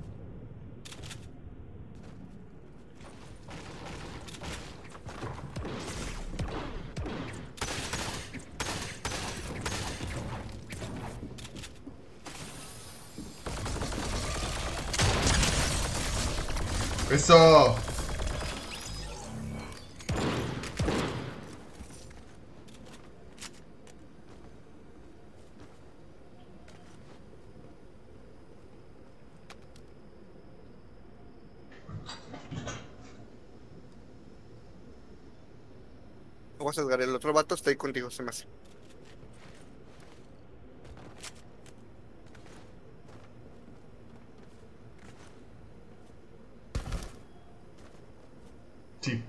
Speaker 3: ¡Eso!
Speaker 2: No vas a sesgar, el otro vato está ahí contigo, se me hace.
Speaker 3: Sí.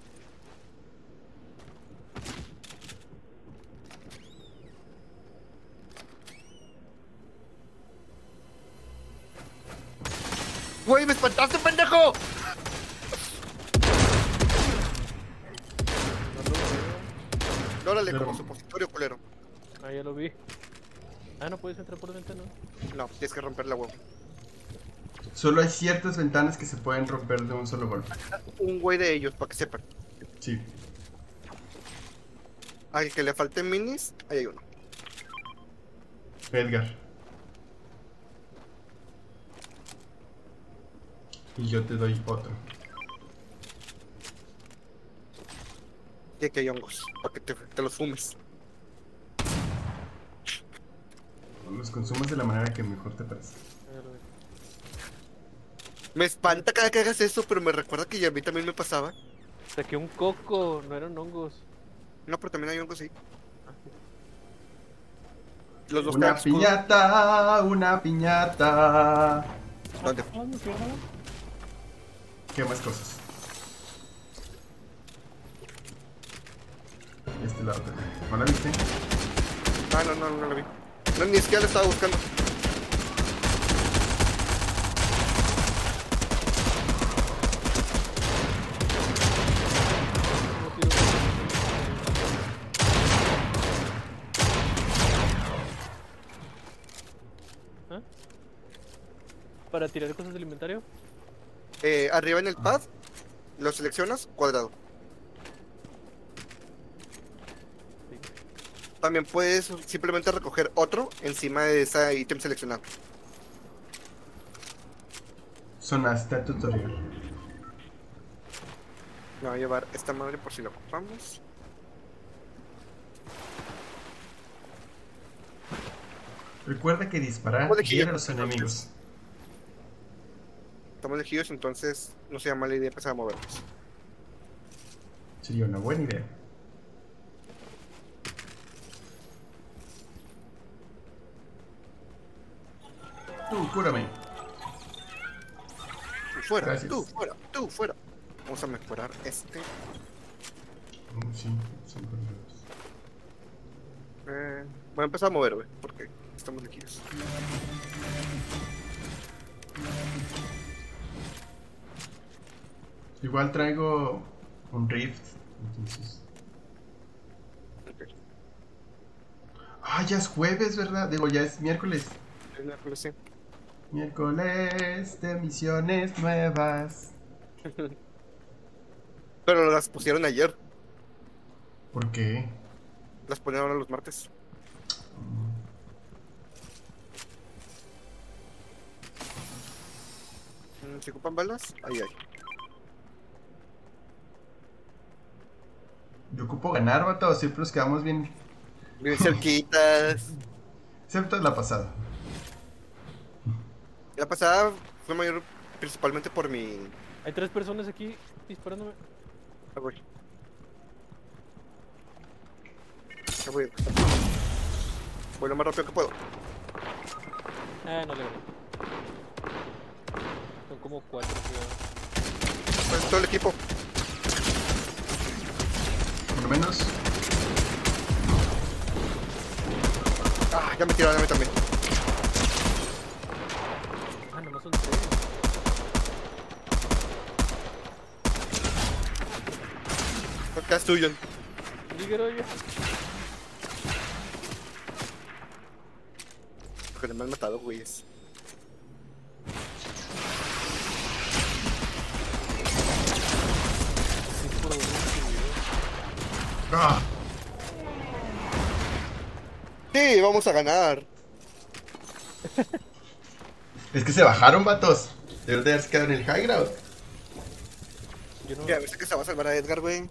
Speaker 2: ¡Güey, me espantaste, pendejo! Órale,
Speaker 3: Pero-
Speaker 2: como supositorio, culero.
Speaker 1: Ah, ya lo vi. Ah, no puedes entrar por la ventana.
Speaker 2: No, tienes que romper la huevo.
Speaker 3: Solo hay ciertas ventanas que se pueden romper de un solo golpe.
Speaker 2: Un güey de ellos, para que sepan.
Speaker 3: Sí.
Speaker 2: Al que le falten minis, ahí hay uno.
Speaker 3: Edgar. Y yo te doy otro.
Speaker 2: Y aquí hay hongos, para que te, te los fumes.
Speaker 3: Los consumes de la manera que mejor te parece.
Speaker 1: Ah, ya lo vi.
Speaker 2: Me espanta cada que hagas eso, pero me recuerda que ya a mí también me pasaba.
Speaker 1: Saqué un coco, no eran hongos.
Speaker 2: No, pero también hay hongos ahí.
Speaker 1: Ah, sí.
Speaker 2: Los dos
Speaker 3: Una
Speaker 2: traen escudo.
Speaker 3: piñata, una piñata.
Speaker 2: ¿Dónde?
Speaker 4: Ah, no quiero nada.
Speaker 3: ¿Qué más cosas? Este lado también. ¿No la viste?
Speaker 2: Ah, no, no, no lo vi. No, ni siquiera lo estaba buscando.
Speaker 1: No tiro cosas. ¿Ah? Para tirar cosas del inventario.
Speaker 2: Eh, arriba en el pad, lo seleccionas, cuadrado.
Speaker 1: Sí.
Speaker 2: También puedes simplemente recoger otro encima de ese ítem seleccionado.
Speaker 3: Sonaste a tutorial.
Speaker 2: Me voy a llevar esta madre por si la ocupamos.
Speaker 3: Recuerda que disparar
Speaker 2: Estamos lejillos,
Speaker 3: hiere a los
Speaker 2: entonces.
Speaker 3: enemigos.
Speaker 2: Estamos elegidos, entonces no sería mala idea empezar a movernos.
Speaker 3: Sería una buena idea. Tú, cúrame.
Speaker 2: Tú fuera,
Speaker 3: Gracias.
Speaker 2: tú fuera, tú fuera. Vamos a mejorar este.
Speaker 3: Mm, sí, son problemas.
Speaker 2: Eh, voy a empezar a mover, güey, porque estamos elegidos.
Speaker 3: Igual traigo un rift. Entonces.
Speaker 2: Ok.
Speaker 3: Ah, ya es jueves, ¿verdad? Digo, ya es miércoles.
Speaker 2: Es miércoles, sí.
Speaker 3: Miércoles de misiones nuevas.
Speaker 2: Pero las pusieron ayer.
Speaker 3: ¿Por qué?
Speaker 2: Las ponen ahora los martes. Mm, ¿Se ocupan balas? Ahí hay.
Speaker 3: Yo ocupo ganar, vato. Siempre nos quedamos bien.
Speaker 2: Bien cerquitas.
Speaker 3: Excepto la pasada.
Speaker 2: La pasada fue mayor principalmente por mi...
Speaker 1: Hay tres personas aquí disparándome.
Speaker 2: Ah, voy. Ya voy. Voy lo más rápido que puedo.
Speaker 1: Ah, no le gané. Son como cuatro, cuidado.
Speaker 2: Pues todo el equipo.
Speaker 3: Por lo menos.
Speaker 2: Ah, ya me tiraron a mí también.
Speaker 1: Ah, nomás son tres.
Speaker 2: Acá es tuyo.
Speaker 1: Ligero ya.
Speaker 2: Porque me han matado, güeyes.
Speaker 1: Sí, por uno, subido.
Speaker 3: ¡Ah!
Speaker 2: Sí, vamos a ganar.
Speaker 3: Es que se bajaron, vatos. Deben de haberse quedado en el high ground.
Speaker 1: Yo no.
Speaker 2: Ya, a ver si que se va a salvar a Edgar, güey.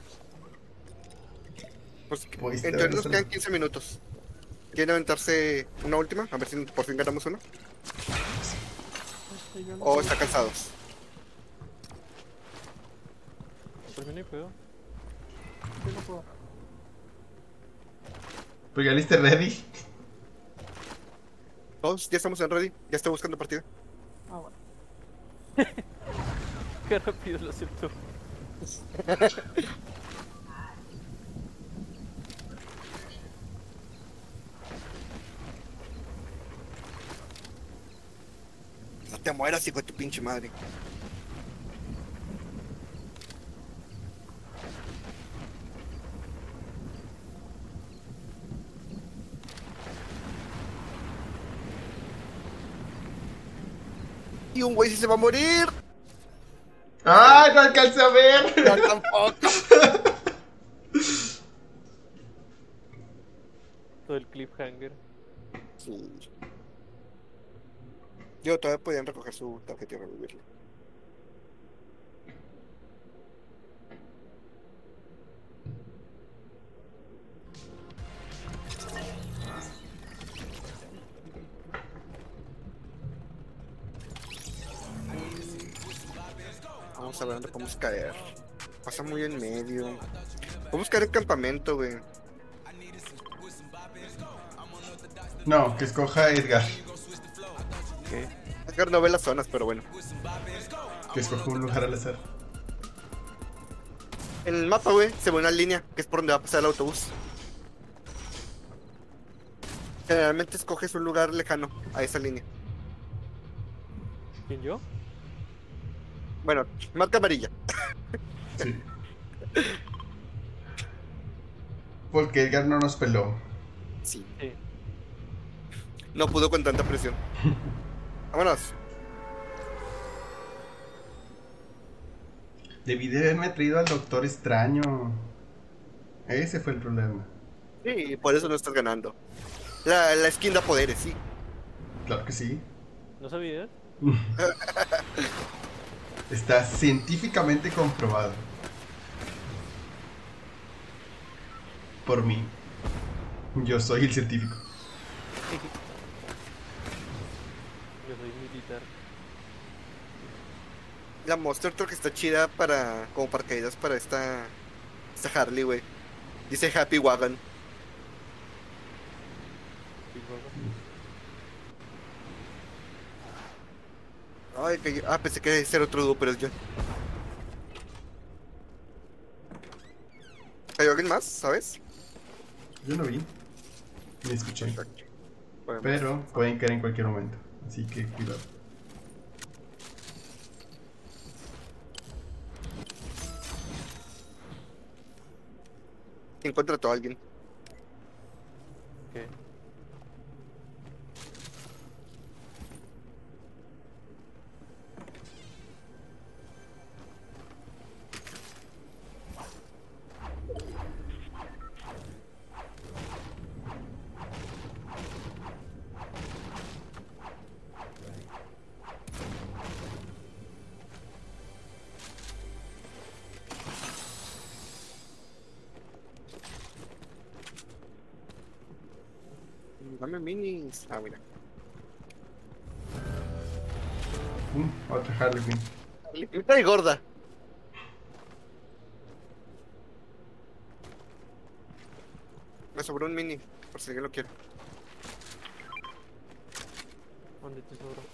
Speaker 2: Pues
Speaker 3: Pudiste
Speaker 2: en teoría
Speaker 3: haberlo
Speaker 2: nos quedan
Speaker 3: salvado.
Speaker 2: quince minutos. ¿Quieren aventarse una última? A ver si por fin ganamos uno.
Speaker 4: Este, yo no
Speaker 2: O
Speaker 4: puedo.
Speaker 2: están cansados.
Speaker 1: Por mí no hay pedo.
Speaker 4: Yo no puedo.
Speaker 3: Pero ya liste ready.
Speaker 2: Todos, ya estamos en ready. Ya estoy buscando partida.
Speaker 4: Ah, bueno.
Speaker 1: Qué rápido lo aceptó.
Speaker 2: No te mueras, hijo de tu pinche madre. Y un güey sí se va a morir.
Speaker 3: ¡Ay, no alcancé a ver!
Speaker 2: Ya tampoco.
Speaker 1: Todo el cliffhanger.
Speaker 2: Sí. Yo todavía podían recoger su tarjeta y revivirlo. Vamos a ver dónde podemos caer. Pasa muy en medio. Podemos caer en campamento, güey.
Speaker 3: No, que escoja Edgar.
Speaker 1: ¿Qué?
Speaker 2: Edgar no ve las zonas, pero bueno.
Speaker 3: Que escoja un lugar al azar.
Speaker 2: En el mapa, güey, se ve una línea que es por donde va a pasar el autobús. Generalmente escoges un lugar lejano a esa línea.
Speaker 1: ¿Quién yo?
Speaker 2: Bueno, marca amarilla.
Speaker 3: Sí. Porque Edgar no nos peló.
Speaker 2: Sí.
Speaker 1: Sí.
Speaker 2: No pudo con tanta presión. Vámonos.
Speaker 3: Debí de haberme traído al Doctor Extraño. Ese fue el problema.
Speaker 2: Sí, por eso no estás ganando. La, la skin da poderes, sí.
Speaker 3: Claro que sí.
Speaker 1: ¿No sabías?
Speaker 3: Está científicamente comprobado. Por mí. Yo soy el científico.
Speaker 1: Yo soy militar.
Speaker 2: La Monster Truck está chida para como paracaídas para esta esta Harley, güey. Dice Happy Wagon.
Speaker 1: Y luego,
Speaker 2: Ay, que ah, pensé que era otro dúo, pero es yo. ¿Hay alguien más, sabes?
Speaker 3: Yo no vi. Ni escuché.
Speaker 2: Perfecto. Podemos-
Speaker 3: Pero pueden caer en cualquier momento. Así que cuidado.
Speaker 2: Encuentra a alguien.
Speaker 1: ¿qué?
Speaker 2: Dame minis. Ah, mira.
Speaker 3: Uh, otra Harley Quinn.
Speaker 2: Está ahí gorda. Me sobró un mini, por si alguien lo quiere.
Speaker 1: ¿Dónde te sobró?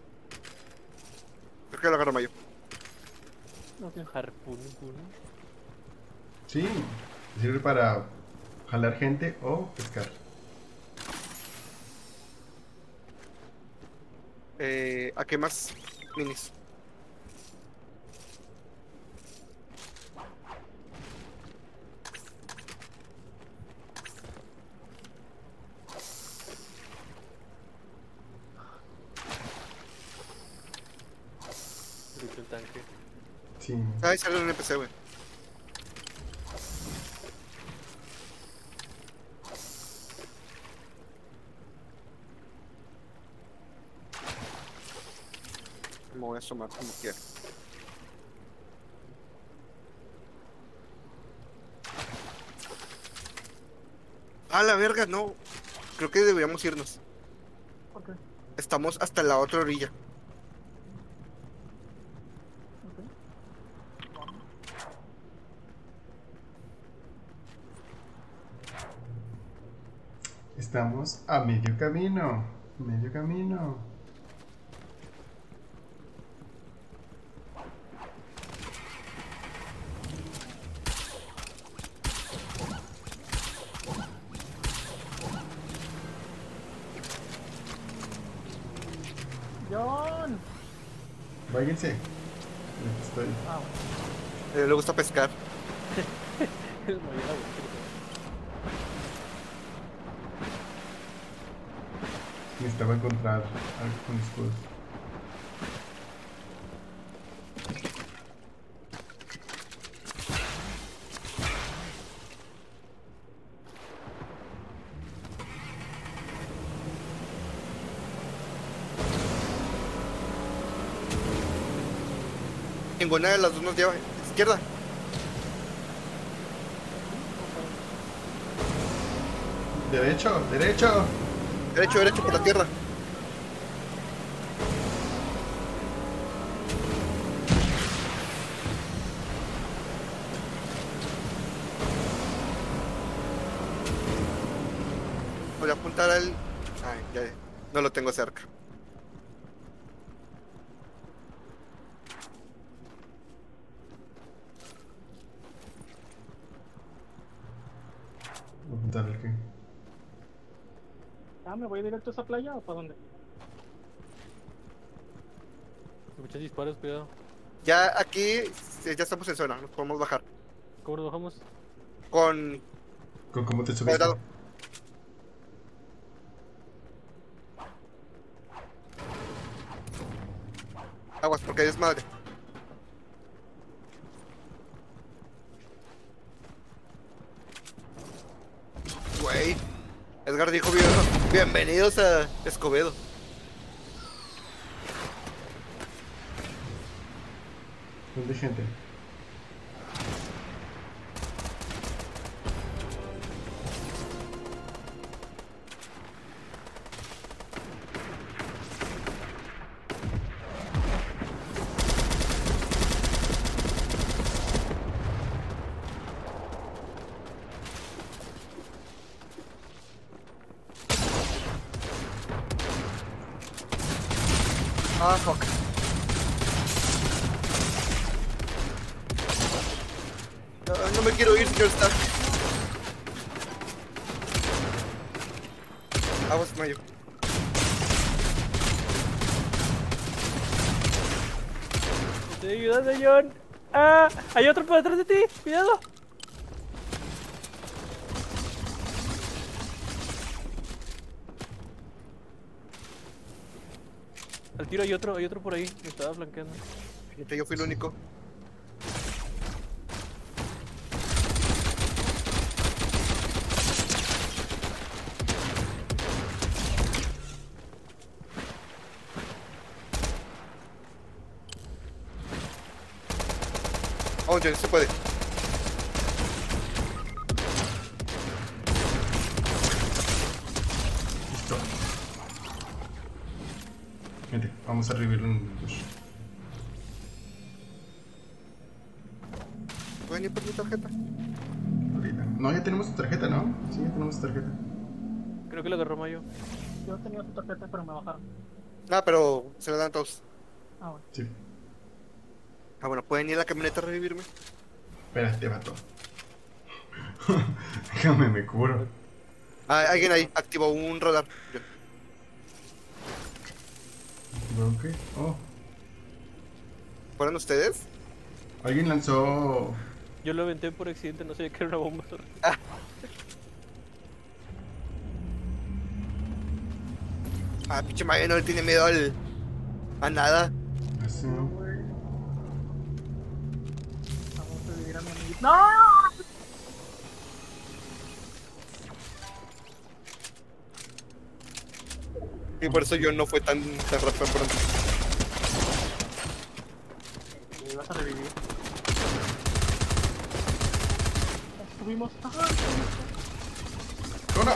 Speaker 2: Creo que lo agarro Mayo.
Speaker 1: No, que harpoon, poon.
Speaker 3: Sí, sirve para jalar gente o pescar.
Speaker 2: Eh, ¿a qué más minis?
Speaker 1: Grito el tanque.
Speaker 3: Sí.
Speaker 2: Ay, sale un N P C, güey. Me voy a asomar como quiera. Ah, la verga, no. Creo que deberíamos irnos.
Speaker 4: ¿Por qué?
Speaker 2: Estamos hasta la otra orilla.
Speaker 4: Ok.
Speaker 3: Estamos a medio camino. Medio camino.
Speaker 4: John.
Speaker 3: Váyanse. Estoy.
Speaker 4: Ah,
Speaker 2: Eh, le gusta pescar.
Speaker 1: El mayor aburrido.
Speaker 3: Necesitaba encontrar algo con escudos.
Speaker 2: Ninguna de las dos nos lleva. Izquierda.
Speaker 3: Derecho, derecho.
Speaker 2: Derecho, derecho por la tierra. Voy a apuntar al. Ah, No lo tengo cerca.
Speaker 3: Voy a apuntarle aquí.
Speaker 4: Ah, ¿me voy directo a esa playa o para dónde?
Speaker 1: Muchos disparos, cuidado.
Speaker 2: Ya aquí, sí, ya estamos en zona, nos podemos bajar.
Speaker 1: ¿Cómo nos bajamos?
Speaker 2: Con
Speaker 3: ¿Con ¿Cómo te subiste?
Speaker 2: cuadrado. Aguas, porque hay desmadre. Güey. Edgar dijo bien, bienvenidos a Escobedo.
Speaker 3: ¿Dónde hay gente?
Speaker 2: Ah, fuck. No, no me quiero ir, señor Stark. Aguas, Mayo.
Speaker 1: Estoy ayudando, John. ¡Ah! ¡Hay otro por detrás de ti! ¡Cuidado! Al tiro hay otro, hay otro por ahí. Me estaba flanqueando.
Speaker 2: Fíjate, yo fui el único. Oh, ya se puede.
Speaker 3: Listo. Gente, vamos a revivirlo en bush.
Speaker 2: ¿Pueden ir por mi tarjeta?
Speaker 3: Ahorita. No, ya tenemos tu tarjeta, ¿no? Sí, ya tenemos tu tarjeta.
Speaker 1: Creo que lo agarró Mayo.
Speaker 4: Yo tenía tu tarjeta, pero me bajaron.
Speaker 2: Ah, pero se la dan todos.
Speaker 4: Ah, bueno.
Speaker 3: Sí.
Speaker 2: Ah, bueno, ¿pueden ir a la camioneta a revivirme?
Speaker 3: Espérate, vato. Déjame, me curo.
Speaker 2: Ah, alguien ahí activó un radar. Yo.
Speaker 3: Ok. Oh.
Speaker 2: ¿Fueron ustedes?
Speaker 3: Alguien lanzó.
Speaker 1: Yo lo aventé por accidente, no sabía que era una bomba.
Speaker 2: Ah, pinche Mayo no le tiene miedo al... a nada.
Speaker 3: Así.
Speaker 4: Vamos a revivir a mi amiguito. ¡No!
Speaker 2: Y por eso yo no fue tan, tan rápido pronto.
Speaker 4: Me ibas a revivir. Subimos. ¡Ah!
Speaker 3: ¡Corra!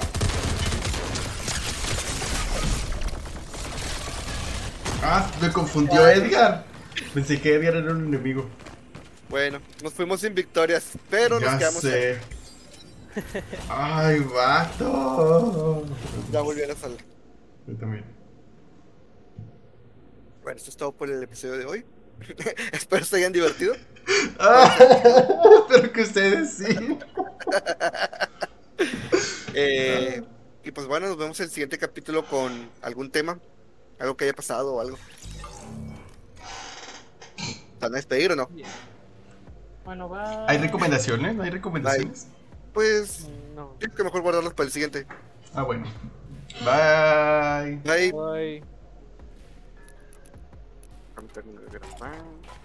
Speaker 3: Ah, me confundió Edgar. Pensé que Edgar era un enemigo.
Speaker 2: Bueno, nos fuimos sin victorias, pero nos
Speaker 3: Ya
Speaker 2: quedamos ahí.
Speaker 3: sé. Ay, vato.
Speaker 2: Ya volví a la sala.
Speaker 3: Yo también.
Speaker 2: Bueno, esto es todo por el episodio de hoy. Espero se hayan divertido.
Speaker 3: Ah, pero que ustedes sí.
Speaker 2: Eh, y pues bueno, nos vemos en el siguiente capítulo con algún tema. Algo que haya pasado o algo. ¿Van a despedir o no?
Speaker 4: Bien. Bueno, va.
Speaker 3: ¿Hay recomendaciones? ¿No hay recomendaciones?
Speaker 2: Pues
Speaker 1: Mm, No.
Speaker 2: yo creo que mejor guardarlos para el siguiente.
Speaker 3: Ah, bueno. Bye.
Speaker 2: Bye.
Speaker 1: Bye.
Speaker 2: Déjame terminar de grabar.